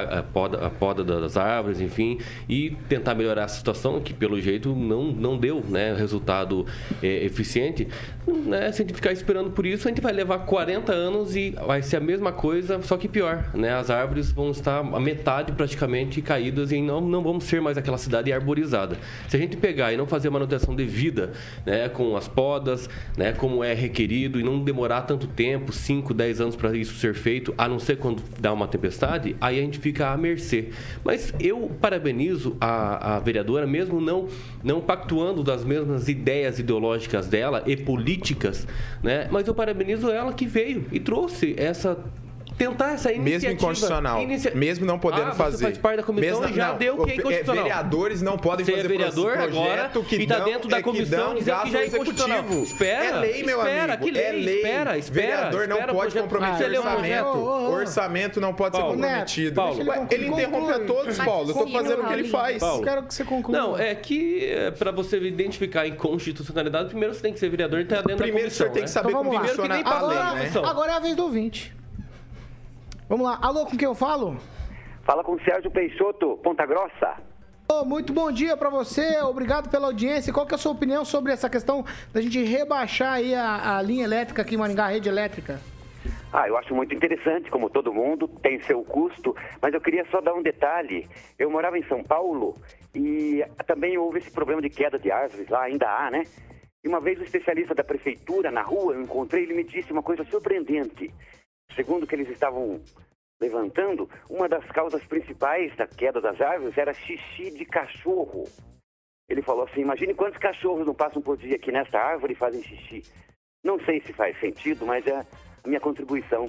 das árvores, enfim, e tentar melhorar a situação, que pelo jeito não deu, né, resultado eficiente, né? Se a gente ficar esperando por isso, a gente vai levar 40 anos e vai ser a mesma coisa, só que pior, né? As árvores vão estar a metade praticamente caídas e não vamos ser mais aquela cidade arborizada. Se a gente pegar e não fazer a manutenção devida, né, com as podas, né, como é requerido, e não demorar tanto tempo, 5, 10 anos para isso ser feito, a não ser quando dá uma tempestade, aí a gente fica à mercê. Mas eu parabenizo a vereadora, mesmo não pactuando das mesmas ideias ideológicas dela e políticas, né? Mas eu parabenizo ela que veio e trouxe tentar essa iniciativa. Mesmo inconstitucional. Mesmo não podendo fazer. Você faz parte da comissão e já deu que é inconstitucional. Vereadores não podem fazer vereador agora que está dentro da comissão dizendo que já é inconstitucional. Espera, é lei, meu amigo. Que lei? É lei. Vereador não pode comprometer orçamento. Orçamento não pode ser comprometido. Paulo, ele interrompe a todos, Paulo. Eu estou fazendo o que ele faz. Quero que você conclua. Não, é que para você identificar a inconstitucionalidade, primeiro você tem que ser vereador e estar dentro da comissão. Primeiro você tem que saber como funciona a lei, né? Agora é a vez do ouvinte. Vamos lá. Alô, com quem eu falo? Fala com o Sérgio Peixoto, Ponta Grossa. Muito bom dia para você, obrigado pela audiência. Qual que é a sua opinião sobre essa questão da gente rebaixar aí a linha elétrica aqui em Maringá, a rede elétrica? Eu acho muito interessante, como todo mundo, tem seu custo, mas eu queria só dar um detalhe. Eu morava em São Paulo e também houve esse problema de queda de árvores lá, ainda há, né? E uma vez o especialista da prefeitura, na rua, eu encontrei, ele me disse uma coisa surpreendente. Segundo o que eles estavam levantando, uma das causas principais da queda das árvores era xixi de cachorro. Ele falou assim, imagine quantos cachorros não passam por dia aqui nesta árvore e fazem xixi. Não sei se faz sentido, mas é a minha contribuição.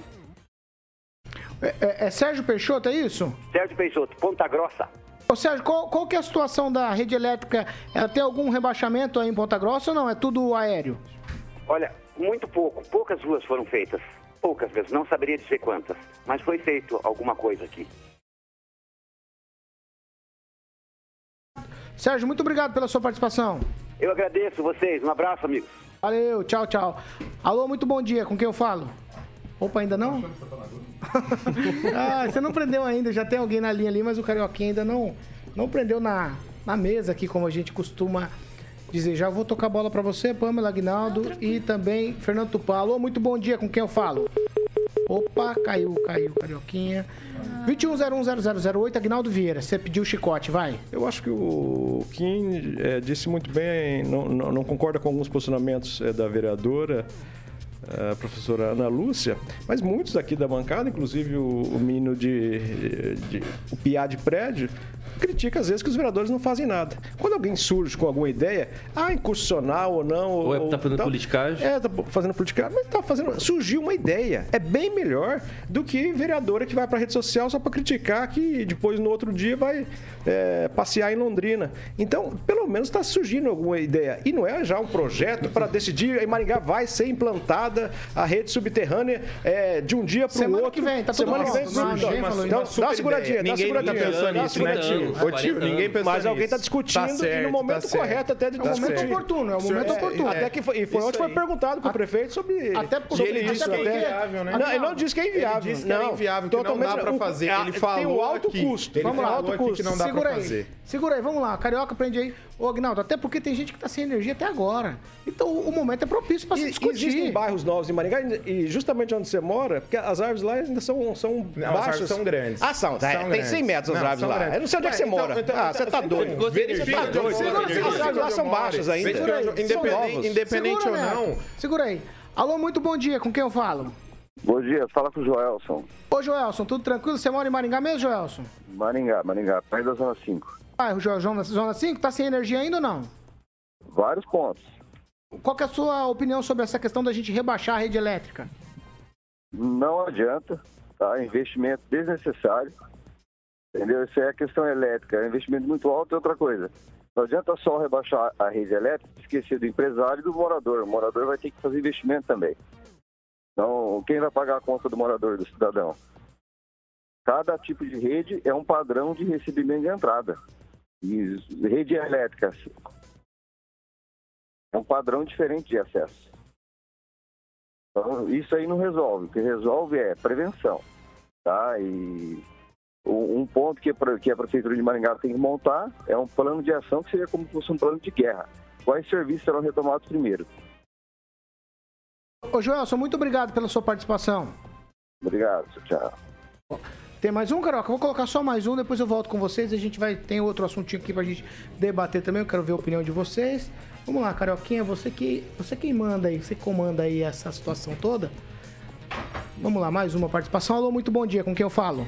É Sérgio Peixoto, é isso? Sérgio Peixoto, Ponta Grossa. Ô Sérgio, qual que é a situação da rede elétrica? Ela tem algum rebaixamento aí em Ponta Grossa ou não? É tudo aéreo? Olha, muito pouco. Poucas ruas foram feitas. Poucas vezes, não saberia dizer quantas. Mas foi feito alguma coisa aqui. Sérgio, muito obrigado pela sua participação. Eu agradeço vocês. Um abraço, amigos. Valeu, tchau, tchau. Alô, muito bom dia. Com quem eu falo? Opa, ainda não? Você não prendeu ainda. Já tem alguém na linha ali, mas o Carioquinha ainda não prendeu na mesa aqui, como a gente costuma dizer. Já vou tocar a bola pra você, Pamela, Aguinaldo e também Fernando Tupã. Alô, muito bom dia. Com quem eu falo? Opa, caiu, Carioquinha. 21010008, Aguinaldo Vieira. Você pediu o chicote, vai. Eu acho que o Kim disse muito bem, não concorda com alguns posicionamentos da vereadora, a professora Ana Lúcia, mas muitos aqui da bancada, inclusive o menino o piá de prédio, critica às vezes que os vereadores não fazem nada. Quando alguém surge com alguma ideia, inconstitucional ou não... Ou tá fazendo politicagem. Tá fazendo politicagem, mas tá fazendo... Surgiu uma ideia. É bem melhor do que vereadora que vai pra rede social só pra criticar que depois no outro dia vai passear em Londrina. Então, pelo menos tá surgindo alguma ideia. E não é já um projeto para decidir, em Maringá vai ser implantada a rede subterrânea de um dia pro outro. Semana que vem, tá tudo Semana que vem. Então, dá uma seguradinha. Ninguém tá pensando nisso, né, tio? Ninguém pensou mas alguém está discutindo e no momento correto até de discutir. É o momento oportuno. Até que foi onde foi perguntado para o prefeito sobre ele disse que é inviável, né? Não, ele não disse que é inviável. Ele disse que é inviável, que não dá para fazer. Ele falou tem um alto custo. Vamos lá, alto custo. Que não dá para fazer. Segura aí, vamos lá. Carioca, prende aí. Ô, Aguinaldo, até porque tem gente que está sem energia até agora. Então, o momento é propício para se discutir. Existem bairros novos em Maringá e justamente onde você mora, porque as árvores lá ainda são baixas. As árvores são grandes. São tem 100 metros as árvores lá. Eu não sei onde é que você mora. Você tá doido. Verifica. As árvores lá são baixas ainda. Independente ou não. Segura aí. Alô, muito bom dia. Com quem eu falo? Bom dia, fala com o Joelson. Ô, Joelson, tudo tranquilo? Você mora em Maringá mesmo, Joelson? Maringá, perto da Zona 5. Zona 5, tá sem energia ainda ou não? Vários pontos. Qual que é a sua opinião sobre essa questão da gente rebaixar a rede elétrica? Não adianta, tá? Investimento desnecessário. Entendeu? Isso é a questão elétrica, é um investimento muito alto e outra coisa. Não adianta só rebaixar a rede elétrica, esquecer do empresário e do morador. O morador vai ter que fazer investimento também. Então, quem vai pagar a conta do morador, do cidadão? Cada tipo de rede é um padrão de recebimento de entrada. E rede elétrica é um padrão diferente de acesso. Então, isso aí não resolve. O que resolve é prevenção. Tá? E um ponto que a Prefeitura de Maringá tem que montar é um plano de ação que seria como se fosse um plano de guerra. Quais serviços serão retomados primeiro? Ô, Joelson, muito obrigado pela sua participação. Obrigado, tchau. Tem mais um, Carioca? Vou colocar só mais um, depois eu volto com vocês. A gente tem outro assuntinho aqui pra gente debater também. Eu quero ver a opinião de vocês. Vamos lá, Carioquinha, você quem manda aí, você comanda aí essa situação toda. Vamos lá, mais uma participação. Alô, muito bom dia, com quem eu falo?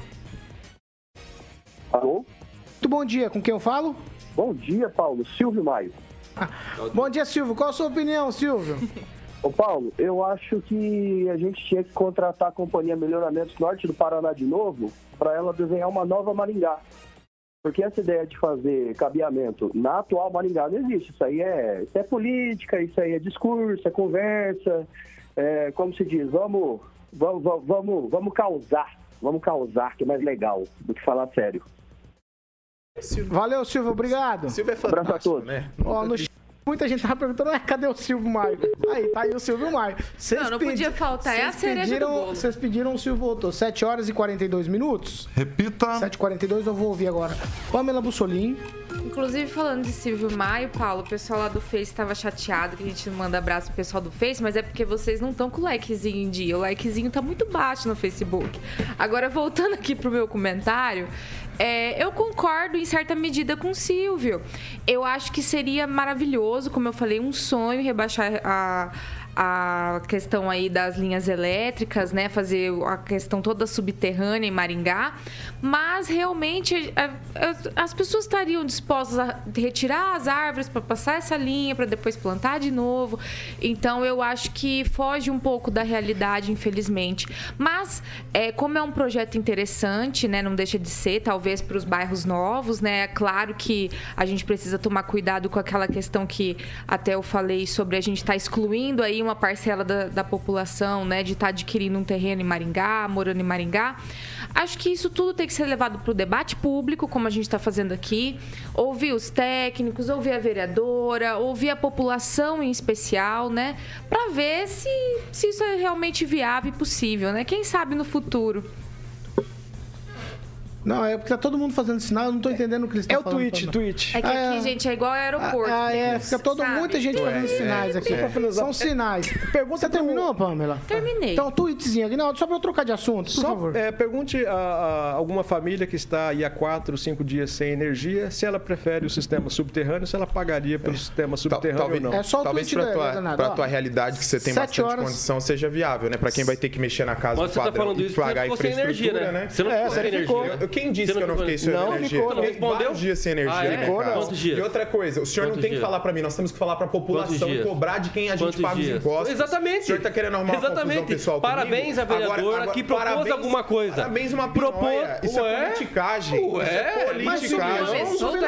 Alô? Muito bom dia, com quem eu falo? Bom dia, Paulo. Silvio Maio. Bom dia, Silvio. Qual a sua opinião, Silvio? Ô, Paulo, eu acho que a gente tinha que contratar a Companhia Melhoramentos Norte do Paraná de novo para ela desenhar uma nova Maringá. Porque essa ideia de fazer cabeamento na atual Maringá não existe. Isso aí é política, isso aí é discurso, é conversa. Como se diz, vamos causar. Vamos causar, que é mais legal do que falar sério. Valeu, Silvio, obrigado. Silvio é fantástico, abraço a todos. né? Muita gente tava perguntando, cadê o Silvio Maio? Aí, tá aí o Silvio Maio. Não podia faltar, é a cereja do bolo. Vocês pediram, o Silvio voltou. 7 horas e 42 minutos. Repita. 7h42, eu vou ouvir agora. Pamela Bussolini, Inclusive, falando de Silvio Maio, Paulo, o pessoal lá do Face estava chateado que a gente não manda abraço pro pessoal do Face, mas é porque vocês não estão com o likezinho em dia. O likezinho tá muito baixo no Facebook. Agora, voltando aqui pro meu comentário, eu concordo em certa medida com o Silvio. Eu acho que seria maravilhoso, como eu falei, um sonho rebaixar a questão aí das linhas elétricas, né? Fazer a questão toda subterrânea em Maringá. Mas, realmente, as pessoas estariam dispostas a retirar as árvores para passar essa linha, para depois plantar de novo. Então, eu acho que foge um pouco da realidade, infelizmente. Mas, como é um projeto interessante, né? Não deixa de ser, talvez, para os bairros novos, né? É claro que a gente precisa tomar cuidado com aquela questão que até eu falei sobre a gente estar excluindo aí uma parcela da população, né, de estar adquirindo um terreno em Maringá, morando em Maringá. Acho que isso tudo tem que ser levado para o debate público, como a gente está fazendo aqui, ouvir os técnicos, ouvir a vereadora, ouvir a população em especial, né, para ver se isso é realmente viável e possível, né? Quem sabe no futuro. Não, é porque tá todo mundo fazendo sinal, eu não tô entendendo o que eles estão falando. É o tweet. É que aqui, gente, é igual ao aeroporto. Fica muita gente fazendo sinais aqui. São sinais. Você terminou, Pamela? Terminei. Então, tweetzinho, Aguinaldo, só pra eu trocar de assunto, por favor. Pergunte a alguma família que está aí há 4, 5 dias sem energia, se ela prefere o sistema subterrâneo, se ela pagaria pelo sistema subterrâneo ou não. É só o talvez tweet pra tua realidade, que você tem bastante condição, seja viável, né? Pra quem vai ter que mexer na casa do padrão e pagar a infraestrutura, né? Você não ficou sem energia. Quem disse que eu não fiquei sem energia? Não ficou vários dias sem energia. Quantos dias? E outra coisa, o senhor não tem que falar pra mim, nós temos que falar pra população e cobrar de quem a gente paga os impostos. Exatamente. O senhor tá querendo arrumar uma confusão pessoal comigo? Parabéns a vereadora que propôs alguma coisa. Parabéns uma pinóia. Isso é politicagem. Isso é politicagem. O senhor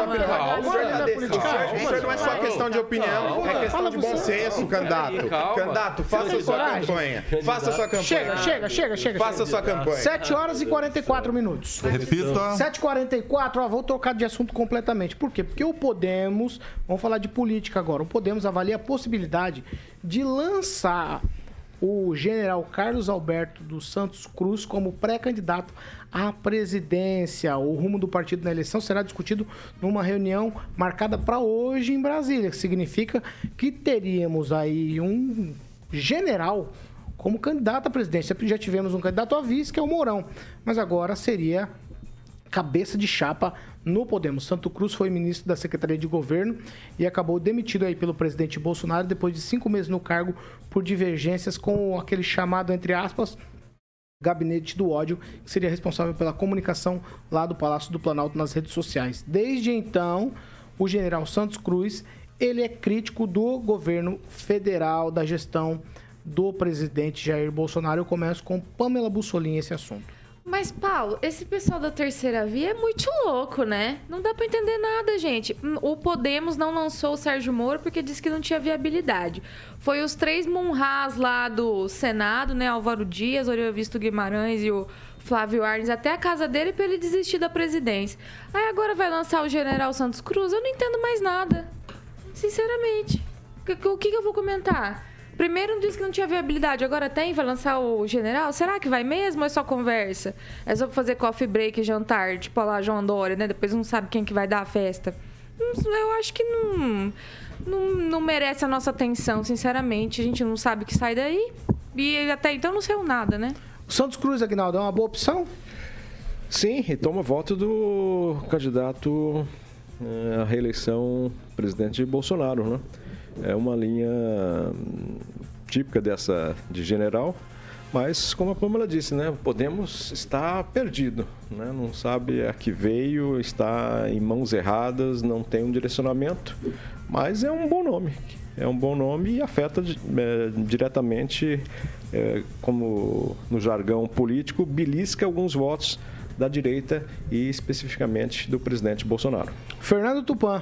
não é só questão de opinião, é questão de bom senso, candidato. Candidato, faça sua campanha. Faça sua campanha. Chega. Faça sua campanha. 7 horas e 44 minutos. Repita. 7h44, vou trocar de assunto completamente. Por quê? Porque o Podemos, vamos falar de política agora, o Podemos avalia a possibilidade de lançar o general Carlos Alberto dos Santos Cruz como pré-candidato à presidência. O rumo do partido na eleição será discutido numa reunião marcada para hoje em Brasília, que significa que teríamos aí um general como candidato à presidência. Já tivemos um candidato a vice, que é o Mourão, mas agora seria cabeça de chapa no Podemos. Santos Cruz foi ministro da Secretaria de Governo e acabou demitido aí pelo presidente Bolsonaro depois de 5 meses no cargo por divergências com aquele chamado, entre aspas, gabinete do ódio, que seria responsável pela comunicação lá do Palácio do Planalto nas redes sociais. Desde então, o general Santos Cruz, ele é crítico do governo federal, da gestão do presidente Jair Bolsonaro. Eu começo com Pamela Bussolini esse assunto. Mas, Paulo, esse pessoal da terceira via é muito louco, né? Não dá pra entender nada, gente. O Podemos não lançou o Sérgio Moro porque disse que não tinha viabilidade. Foi os 3 Munhás lá do Senado, né? Álvaro Dias, Oriovisto Guimarães e o Flávio Arnes, até a casa dele pra ele desistir da presidência. Aí agora vai lançar o general Santos Cruz? Eu não entendo mais nada. Sinceramente. O que eu vou comentar? Primeiro não disse que não tinha viabilidade, agora tem, vai lançar o general? Será que vai mesmo ou é só conversa? É só pra fazer coffee break e jantar, tipo lá João Dória, né? Depois não sabe quem que vai dar a festa. Eu acho que não merece a nossa atenção, sinceramente. A gente não sabe o que sai daí e até então não saiu nada, né? O Santos Cruz, Aguinaldo, é uma boa opção? Sim, e toma voto do candidato à reeleição presidente Bolsonaro, né? É uma linha típica dessa de general, mas como a Pamela disse, né, o Podemos está perdido, né, não sabe a que veio, está em mãos erradas, não tem um direcionamento, mas é um bom nome e afeta diretamente, como no jargão político, belisca alguns votos da direita e especificamente do presidente Bolsonaro. Fernando Tupan.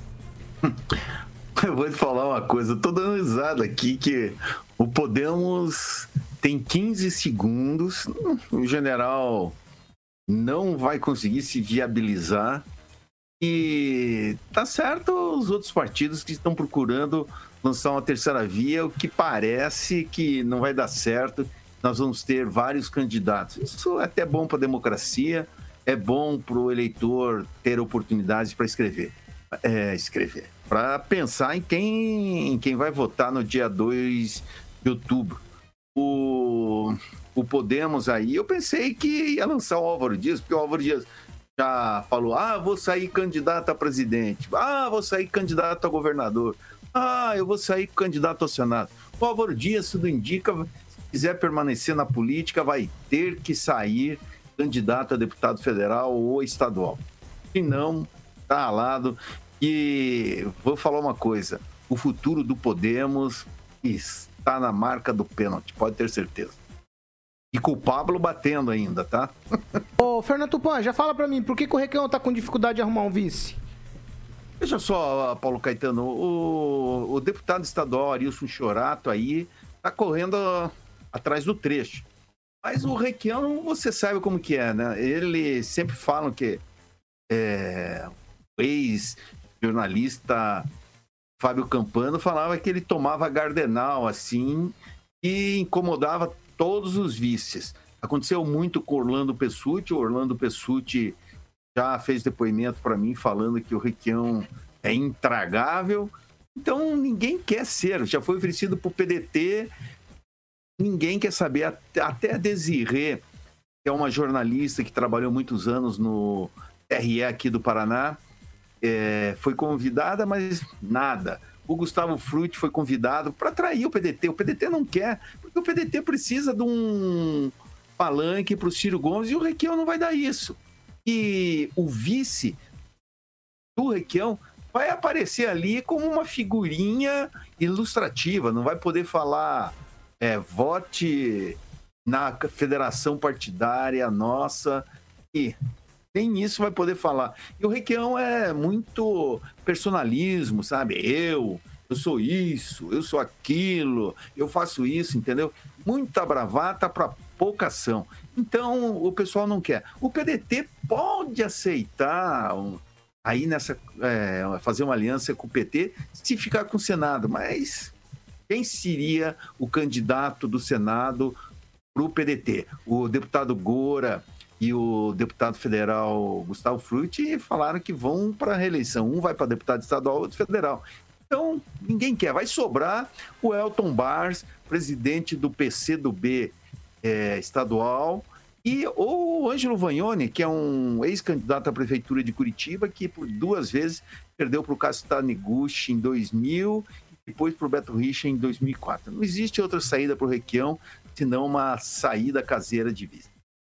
Eu vou te falar uma coisa, eu tô dando risada aqui que o Podemos tem 15 segundos, o general não vai conseguir se viabilizar e tá certo os outros partidos que estão procurando lançar uma terceira via, o que parece que não vai dar certo, nós vamos ter vários candidatos. Isso é até bom para a democracia, é bom para o eleitor ter oportunidades para escrever, para pensar em quem vai votar no dia 2 de outubro. O Podemos aí, eu pensei que ia lançar o Álvaro Dias, porque o Álvaro Dias já falou, vou sair candidato a presidente, vou sair candidato a governador, eu vou sair candidato ao Senado. O Álvaro Dias, tudo indica, se quiser permanecer na política, vai ter que sair candidato a deputado federal ou estadual. Se não, tá ralado. E vou falar uma coisa, o futuro do Podemos está na marca do pênalti, pode ter certeza. E com o Pablo batendo ainda, tá? Ô, Fernando Tupan, já fala pra mim, por que o Requião tá com dificuldade de arrumar um vice? Veja só, Paulo Caetano, o deputado estadual Arilson Chorato aí tá correndo atrás do trecho. Mas o Requião, você sabe como que é, né? Eles sempre falam que o ex-jornalista Fábio Campano falava que ele tomava Gardenal, assim, e incomodava todos os vices. Aconteceu muito com Orlando Pessutti. O Orlando Pessutti já fez depoimento para mim falando que o Requião é intragável. Então, ninguém quer ser. Já foi oferecido para o PDT, ninguém quer saber. Até a Desirê, que é uma jornalista que trabalhou muitos anos no TRE aqui do Paraná, foi convidada, mas nada. O Gustavo Frutti foi convidado para atrair o PDT. O PDT não quer, porque o PDT precisa de um palanque para o Ciro Gomes e o Requião não vai dar isso. E o vice do Requião vai aparecer ali como uma figurinha ilustrativa, não vai poder falar vote na federação partidária nossa, e nem isso vai poder falar. E o Requião é muito personalismo, sabe? Eu sou isso, eu sou aquilo, eu faço isso, entendeu? Muita bravata para pouca ação. Então, o pessoal não quer. O PDT pode aceitar aí fazer uma aliança com o PT se ficar com o Senado, mas quem seria o candidato do Senado para o PDT? O deputado Gora e o deputado federal Gustavo Frutti falaram que vão para a reeleição. Um vai para deputado estadual, outro federal. Então, ninguém quer. Vai sobrar o Elton Barros, presidente do PCdoB estadual, e o Ângelo Vagnoni, que é um ex-candidato à prefeitura de Curitiba, que por 2 vezes perdeu para o Cássio Taniguchi em 2000 e depois para o Beto Richa em 2004. Não existe outra saída para o Requião, senão uma saída caseira de vista.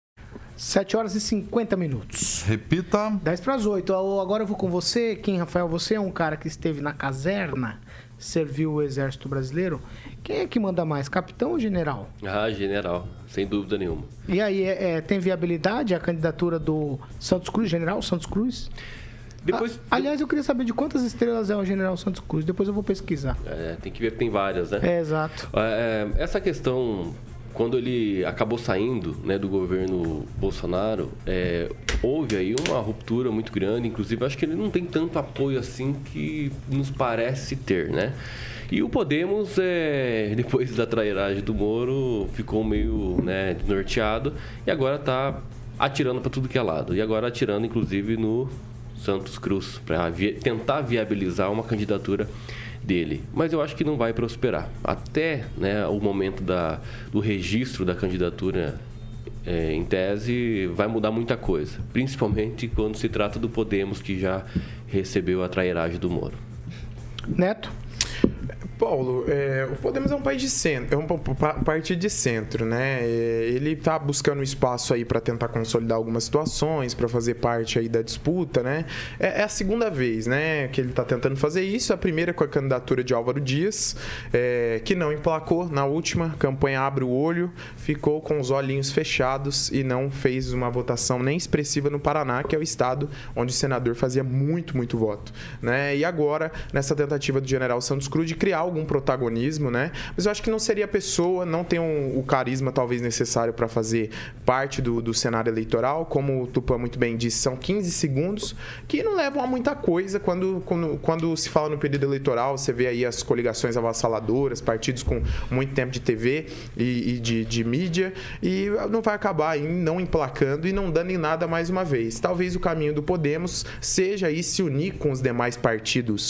7h50. Repita. 7:50. Agora eu vou com você, Kim Rafael. Você é um cara que esteve na caserna, serviu o Exército Brasileiro. Quem é que manda mais, capitão ou general? General, sem dúvida nenhuma. E aí, tem viabilidade a candidatura do Santos Cruz, general Santos Cruz? Aliás, eu queria saber de quantas estrelas é o general Santos Cruz. Depois eu vou pesquisar. Tem que ver que tem várias, né? Exato. Essa questão, quando ele acabou saindo, né, do governo Bolsonaro, houve aí uma ruptura muito grande. Inclusive, acho que ele não tem tanto apoio assim que nos parece ter, né? E o Podemos, depois da trairagem do Moro, ficou meio desnorteado e agora está atirando para tudo que é lado. E agora atirando, inclusive, no Santos Cruz, para tentar viabilizar uma candidatura dele. Mas eu acho que não vai prosperar. Até o momento do registro da candidatura, em tese, vai mudar muita coisa. Principalmente quando se trata do Podemos, que já recebeu a trairagem do Moro. Neto? Paulo, o Podemos é um país de centro, é um partido de centro, né? Ele está buscando espaço aí para tentar consolidar algumas situações, para fazer parte aí da disputa, né? É a segunda vez, né, que ele está tentando fazer isso. A primeira com a candidatura de Álvaro Dias, que não emplacou na última campanha. Abre o olho, ficou com os olhinhos fechados e não fez uma votação nem expressiva no Paraná, que é o estado onde o senador fazia muito voto, né? E agora, nessa tentativa do general Santos Cruz de criar algum protagonismo, né? Mas eu acho que não seria a pessoa, não tem o carisma talvez necessário para fazer parte do cenário eleitoral. Como o Tupã muito bem disse, são 15 segundos que não levam a muita coisa quando se fala no período eleitoral. Você vê aí as coligações avassaladoras, partidos com muito tempo de TV e de mídia, e não vai acabar não emplacando e não dando em nada mais uma vez. Talvez o caminho do Podemos seja aí se unir com os demais partidos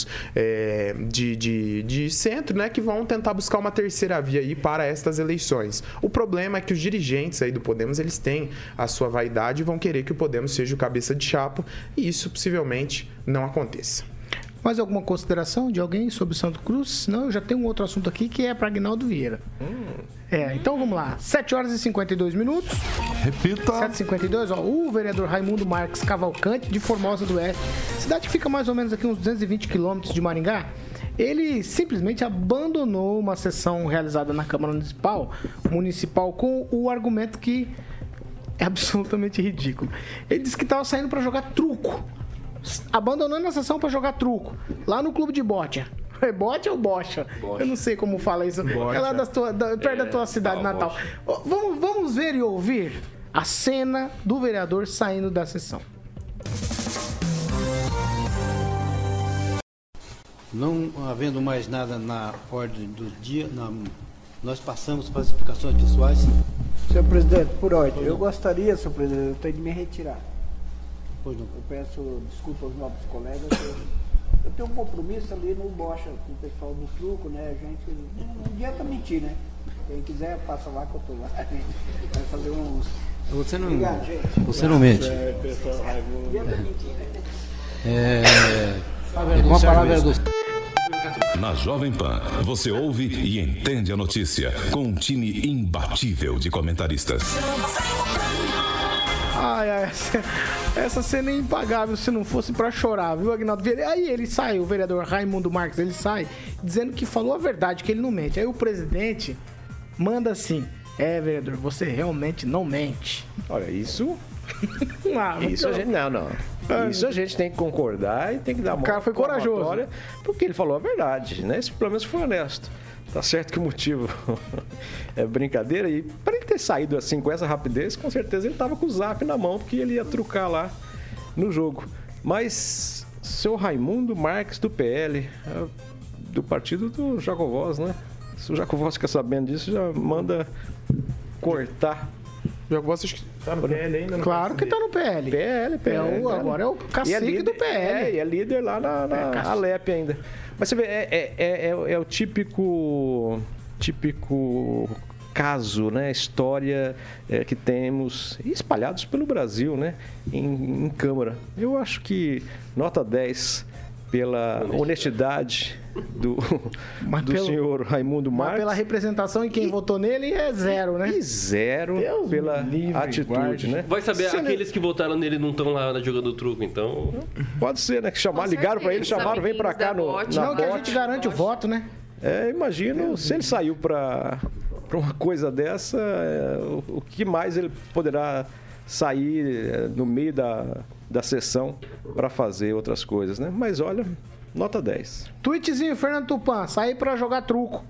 de centro, né, que vão tentar buscar uma terceira via aí para estas eleições. O problema é que os dirigentes aí do Podemos, eles têm a sua vaidade e vão querer que o Podemos seja o cabeça de chapa, e isso possivelmente não aconteça. Mais alguma consideração de alguém sobre Santo Cruz? Senão eu já tenho um outro assunto aqui que é para Aguinaldo Vieira. Então vamos lá. 7 horas e 52 minutos. Repita. 7h52, o vereador Raimundo Marques Cavalcante, de Formosa do Oeste, cidade que fica mais ou menos aqui uns 220 quilômetros de Maringá, ele simplesmente abandonou uma sessão realizada na Câmara Municipal com o argumento que é absolutamente ridículo. Ele disse que estava saindo para jogar truco. Abandonando a sessão para jogar truco lá no clube de bote. É bote ou bocha? Eu não sei como fala isso. Bocha. É lá perto da tua cidade natal. Vamos ver e ouvir a cena do vereador saindo da sessão. Não havendo mais nada na ordem do dia, nós passamos para as explicações pessoais. Senhor presidente, por ordem, eu gostaria, senhor presidente, de me retirar. Pois não. Eu peço desculpa aos novos colegas. Eu tenho um compromisso ali no Bocha com o pessoal do truco, né? A gente não adianta mentir, né? Quem quiser, passa lá que eu tô lá. Vai fazer uns... Você não, obrigado, gente. Você não mente. Pessoal, com a palavra é do... Na Jovem Pan, você ouve e entende a notícia com um time imbatível de comentaristas. Essa cena é impagável se não fosse pra chorar, viu, Aguinaldo Vieira? Aí ele sai, o vereador Raimundo Marques, ele sai dizendo que falou a verdade, que ele não mente. Aí o presidente manda assim: vereador, você realmente não mente. Olha, isso a gente Isso a gente tem que concordar e tem que dar uma... O cara foi corajoso. Porque ele falou a verdade, né? Esse pelo menos foi honesto. Tá certo que o motivo é brincadeira, e para ele ter saído assim com essa rapidez, com certeza ele tava com o zap na mão, porque ele ia trucar lá no jogo. Mas seu Raimundo Marques do PL, do partido do Jacovós, né? Se o Jacovós fica sabendo disso, já manda cortar. O Jacovós acho que tá no PL ainda? Claro que tá no PL. PL. Agora é o cacique do PL. E é líder lá na Alep ainda. Mas você vê, é o típico caso, né? História que temos espalhados pelo Brasil, né? Em Câmara. Eu acho que nota 10 pela honestidade do senhor Raimundo Marques. Mas pela representação e quem votou nele é 0, né? E 0 pela atitude, né? Vai saber, aqueles que votaram nele não estão lá jogando truco, então... Pode ser, né? Que ligaram pra ele, chamaram, vem pra cá no bote. Não, que a gente garante o voto, né? Imagino, se ele saiu pra uma coisa dessa, o que mais ele poderá sair no meio da sessão para fazer outras coisas, né? Mas olha, nota 10. Tweetzinho, Fernando Tupan, sair para jogar truco.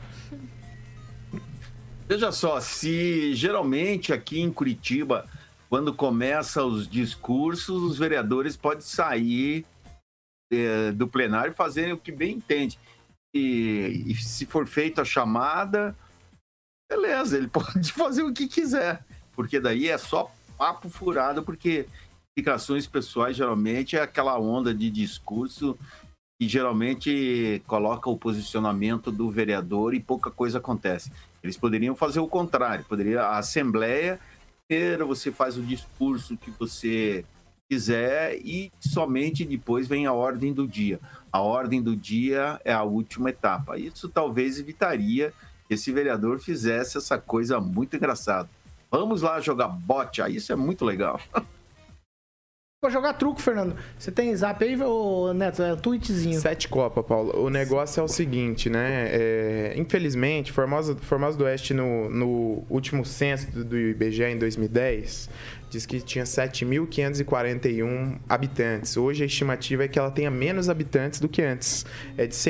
Veja só, se geralmente aqui em Curitiba, quando começa os discursos, os vereadores podem sair do plenário e fazerem o que bem entende. E se for feita a chamada, beleza, ele pode fazer o que quiser, porque daí é só papo furado, porque explicações pessoais geralmente é aquela onda de discurso que geralmente coloca o posicionamento do vereador e pouca coisa acontece. Eles poderiam fazer o contrário, a Assembleia, você faz o discurso que você quiser e somente depois vem a ordem do dia. A ordem do dia é a última etapa. Isso talvez evitaria que esse vereador fizesse essa coisa muito engraçada. Vamos lá jogar bote, isso é muito legal. Vou jogar truco, Fernando. Você tem zap aí, ô Neto? É um tweetzinho. 7 Copa, Paulo. O negócio é o seguinte, né? Infelizmente, Formosa do Oeste, no último censo do IBGE, em 2010, diz que tinha 7.541 habitantes. Hoje a estimativa é que ela tenha menos habitantes do que antes. É de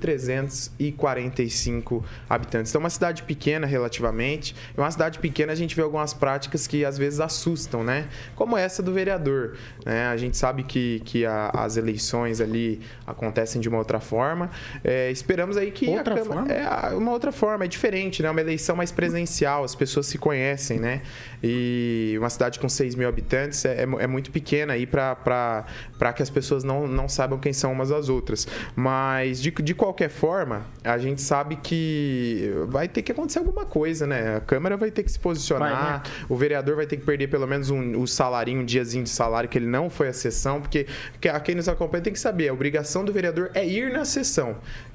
6.345 habitantes. Então, uma cidade pequena relativamente. Em uma cidade pequena a gente vê algumas práticas que às vezes assustam, né? Como essa do vereador, né? A gente sabe que as eleições ali acontecem de uma outra forma. Esperamos aí que outra forma? Uma outra forma, é diferente, né? Uma eleição mais presencial, as pessoas se conhecem, né? E uma cidade com 6.000 habitantes é muito pequena aí para que as pessoas não saibam quem são umas das outras. Mas, de qualquer forma, a gente sabe que vai ter que acontecer alguma coisa, né? A Câmara vai ter que se posicionar, o vereador vai ter que perder pelo menos um salarinho, um diazinho de salário, que ele não foi à sessão, porque quem nos acompanha tem que saber, a obrigação do vereador é ir na sessão.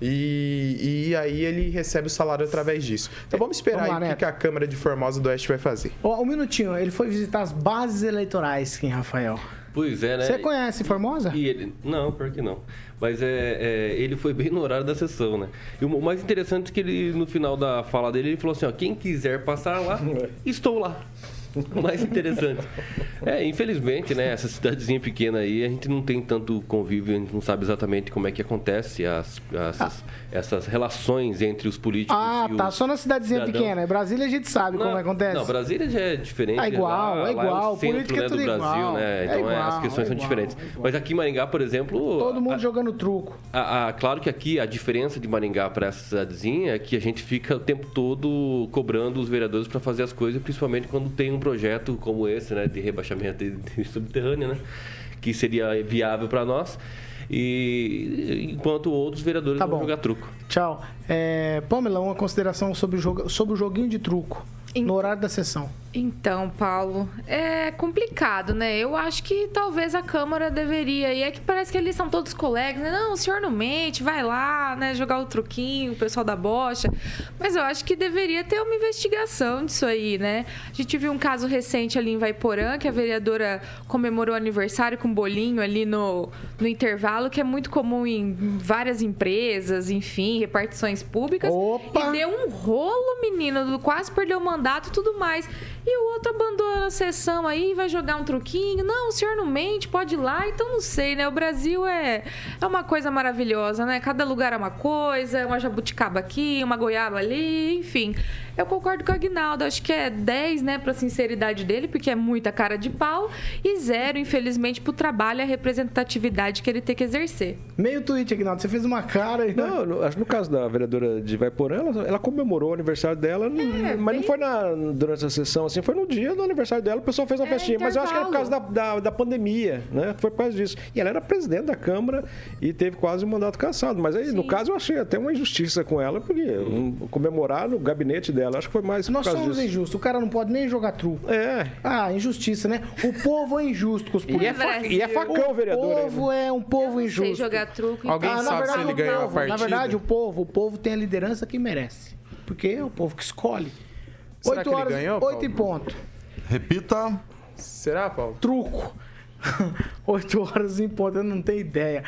E aí ele recebe o salário através disso. Então vamos esperar aí o que a Câmara de Formosa do Oeste vai fazer. Um minutinho, ele foi visitar as bases eleitorais, quem, Rafael? Pois é, né? Você conhece Formosa? Não, por que não? Mas ele foi bem no horário da sessão, né? E o mais interessante é que ele, no final da fala dele, ele falou assim, ó, quem quiser passar lá, estou lá. O mais interessante. Infelizmente, né, essa cidadezinha pequena aí, a gente não tem tanto convívio, a gente não sabe exatamente como é que acontece essas relações entre os políticos e os só na cidadezinha pequena. Brasília a gente sabe como acontece. Não, Brasília já é diferente. É igual. Lá é o centro, política é tudo do Brasil, igual. né? Então as questões são diferentes. Mas aqui em Maringá, por exemplo... Todo mundo jogando truco. Claro que aqui a diferença de Maringá para essa cidadezinha é que a gente fica o tempo todo cobrando os vereadores para fazer as coisas, principalmente quando tem um projeto como esse, né, de rebaixamento de subterrâneo, né, que seria viável para nós, e enquanto outros vereadores vão jogar truco. Tchau. Pamela, uma consideração sobre o joguinho de truco no horário da sessão. Então, Paulo, é complicado, né? Eu acho que talvez a Câmara deveria, e é que parece que eles são todos colegas, né? Não, o senhor não mente, vai lá, né? Jogar o truquinho, o pessoal da bocha. Mas eu acho que deveria ter uma investigação disso aí, né? A gente viu um caso recente ali em Vaiporã, que a vereadora comemorou o aniversário com um bolinho ali no intervalo, que é muito comum em várias empresas, enfim, repartições públicas. Opa! E deu um rolo, menino, quase perdeu o mandato e tudo mais. E o outro abandona a sessão aí, vai jogar um truquinho. Não, o senhor não mente, pode ir lá. Então, não sei, né? O Brasil é uma coisa maravilhosa, né? Cada lugar é uma coisa, uma jabuticaba aqui, uma goiaba ali, enfim. Eu concordo com o Aguinaldo, acho que é 10, né, pra sinceridade dele, porque é muita cara de pau, e 0, infelizmente, pro trabalho e a representatividade que ele tem que exercer. Meio tweet, Aguinaldo, você fez uma cara... Não, acho que no caso da vereadora de Vaiporã, ela comemorou o aniversário dela, mas não foi durante a sessão, assim, foi no dia do aniversário dela, o pessoal fez uma festinha, mas eu acho que era por causa da pandemia, né, foi por causa disso. E ela era presidente da Câmara e teve quase um mandato cassado, mas aí, no caso, eu achei até uma injustiça com ela, porque comemorar no gabinete dela, acho que foi mais por causa disso. Nós somos injustos. O cara não pode nem jogar truco. Injustiça, né? O povo é injusto com os políticos. E é facão o vereador. O povo é um povo injusto. Sei jogar truco. Alguém sabe se ele ganhou a partida? Na verdade, o povo tem a liderança que merece. Porque é o povo que escolhe. Será que ele ganhou, 8 em ponto. Repita. Será, Paulo? Truco. 8 horas em ponto, eu não tenho ideia.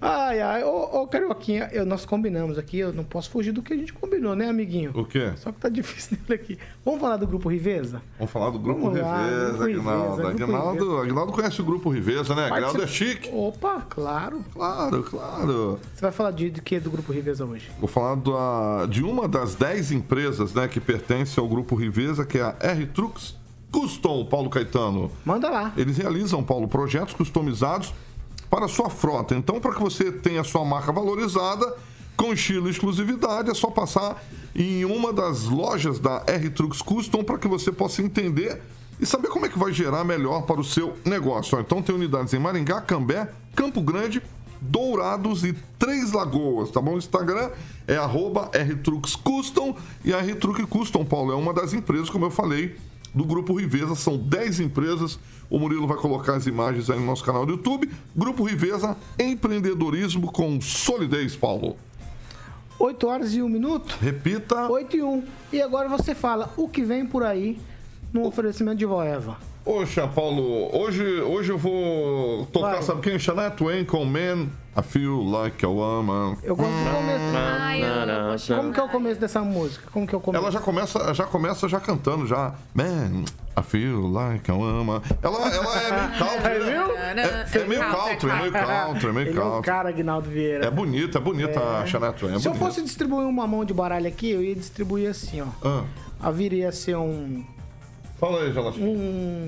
Ô Carioquinha, nós combinamos aqui, eu não posso fugir do que a gente combinou, né, amiguinho? O quê? Só que tá difícil dele aqui. Vamos falar do Grupo Riveza? Vamos falar do Grupo Riveza, Aguinaldo. Aguinaldo conhece o Grupo Riveza, né? Aguinaldo é chique. Opa, claro. Claro. Você vai falar de que do Grupo Riveza hoje? Vou falar de uma das 10 empresas, né, que pertence ao Grupo Riveza, que é a R-Trucks Custom, Paulo Caetano. Manda lá. Eles realizam, Paulo, projetos customizados para a sua frota. Então, para que você tenha a sua marca valorizada, com estilo e exclusividade, é só passar em uma das lojas da R-Trucks Custom para que você possa entender e saber como é que vai gerar melhor para o seu negócio. Então, tem unidades em Maringá, Cambé, Campo Grande, Dourados e Três Lagoas, tá bom? O Instagram é @R-Trucks Custom, e a R-Truck Custom, Paulo, é uma das empresas, como eu falei, do Grupo Riveza. São 10 empresas. O Murilo vai colocar as imagens aí no nosso canal do YouTube. Grupo Riveza, empreendedorismo com solidez, Paulo. 8 horas e 1 minuto. Repita. 8 e 1. E agora você fala o que vem por aí no oferecimento de Voeva. Poxa, Paulo, hoje eu vou tocar, sabe quem? Shania Twain com Man, I Feel Like a Woman. Eu gosto do começo. Como que é o começo dessa música? Como que é o começo? Ela já começa cantando já. Man, I Feel Like a Woman. Ela é meio country, né? É meio country. Ele é um cara, Aguinaldo Vieira. É bonita a Shania Twain. Se eu fosse distribuir uma mão de baralho aqui, eu ia distribuir assim, ó. A vira ia ser um... Fala aí, Jalatinho.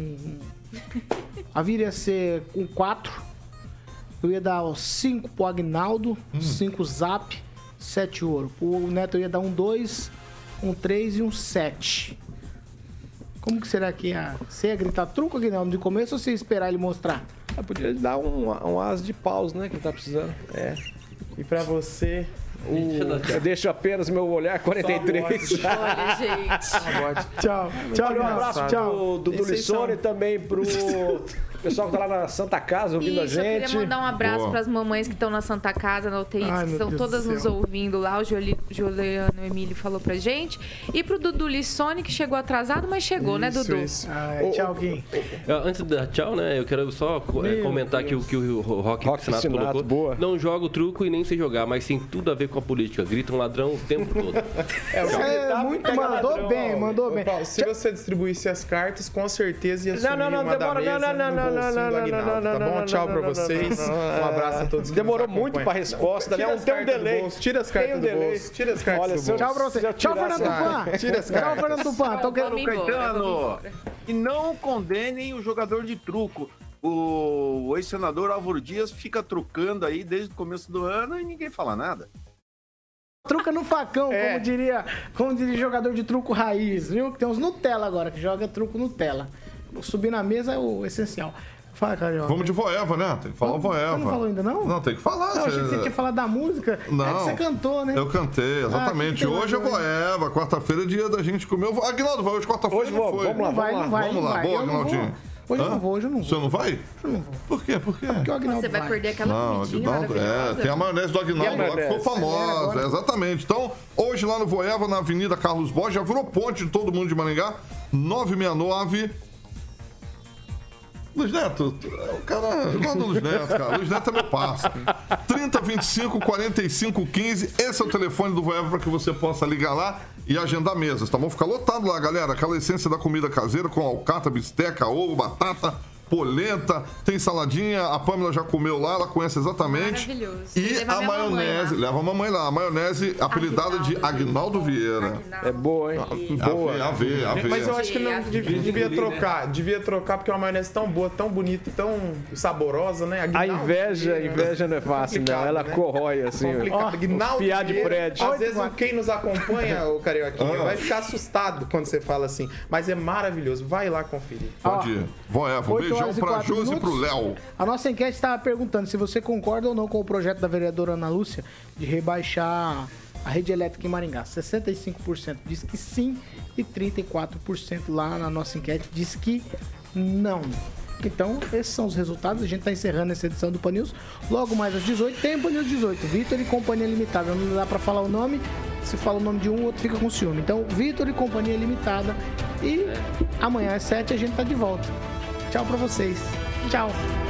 A vira ia ser um 4. Eu ia dar 5 pro Aguinaldo, 5 Zap, 7 ouro. O Neto eu ia dar um 2, um 3 e um 7. Como que será que ia... Você ia gritar truco, Aguinaldo, de começo ou você ia esperar ele mostrar? Eu podia dar um as de paus, né, que ele tá precisando. E pra você... Eu deixo apenas meu olhar 43. Olha, gente. Tchau. Um abraço pro Dudu Lissone e também pro pessoal que tá lá na Santa Casa ouvindo a gente. Eu queria mandar um abraço para as mamães que estão na Santa Casa, na UTI, que estão todas nos ouvindo lá. O Juliano Emílio falou pra gente. E pro Dudu Lissone, que chegou atrasado, mas chegou, né, Dudu? Tchau, Gui. Antes de dar tchau, né, eu quero só comentar aqui o que o Rock Sinato colocou. Boa. Não joga o truco e nem sei jogar, mas tem tudo a ver com a política. Gritam ladrão o tempo todo. Muito mandou bem. Paulo, se você distribuísse as cartas, com certeza ia sumir uma da mesa no bolsinho do Aguinaldo, tá bom? Tchau pra vocês. Um abraço a todos que demorou muito pra resposta, né? Tem um delay. Tira as cartas do bolso. Tira as cartas do bolso. Tchau pra você. Tchau, Fernando Tupan. Tira as cartas. Tchau, Fernando Tupan. Tô querendo Caetano. E não condenem o jogador de truco. O ex-senador Álvaro Dias fica trucando aí desde o começo do ano e ninguém fala nada. Truca no facão, como diria jogador de truco raiz, viu? Tem uns Nutella agora, que joga truco Nutella. Subir na mesa é o essencial. Fala, Carioca. Vamos de Voeva, né? Tem que falar o Voeva. Você não falou ainda, não? Não, tem que falar. Não, achei que você tinha falado da música. Não. É que você cantou, né? Eu cantei, exatamente. Hoje é Voeva, quarta-feira é dia da gente comer. Aguinaldo, vai hoje quarta-feira? Hoje vamos lá. Vamos lá. Boa, Aguinaldinho. Hoje eu não vou, hoje eu não vou. Você não vai? Eu não vou. Por quê? Porque o Aguinaldo Você vai perder aquela comidinha maravilhosa. Tem a maionese do Aguinaldo lá que ficou famosa. Exatamente. Então, hoje lá no Voeva, na Avenida Carlos Borges, já virou ponte de todo mundo de Maringá, 969. Luiz Neto, o cara, eu gosto do Luiz Neto, cara. Luiz Neto é meu parceiro. 3025 45 15. Esse é o telefone do Voeva para que você possa ligar lá e agendar mesas, tá bom? Fica lotado lá, galera. Aquela essência da comida caseira com alcatra, bisteca, ovo, batata, polenta, tem saladinha. A Pâmela já comeu lá, ela conhece exatamente. Maravilhoso. E a maionese, leva a mamãe lá. A maionese apelidada de Aguinaldo Vieira. É boa, hein? Boa. Mas eu acho que não devia trocar. Devia trocar porque é uma maionese tão boa, tão bonita, tão saborosa, né? Aguinaldo, a inveja não é fácil, não. Ela corrói assim. Piar de prédio. Às vezes quem nos acompanha, o Carioquinha, vai ficar assustado quando você fala assim. Mas é maravilhoso. Vai lá conferir. Pode ir. Voeva, um beijão pra Josi e pro Léo. A nossa enquete estava perguntando se você concorda ou não com o projeto da vereadora Ana Lúcia de rebaixar a rede elétrica em Maringá. 65% diz que sim e 34% lá na nossa enquete diz que não. Então, esses são os resultados. A gente está encerrando essa edição do Pan News. Logo mais às 18 tem Pan News 18. Vitor e Companhia Limitada. Não dá para falar o nome. Se fala o nome de um, o outro fica com ciúme. Então, Vitor e Companhia Limitada. E amanhã às 7 a gente tá de volta. Tchau pra vocês. Tchau.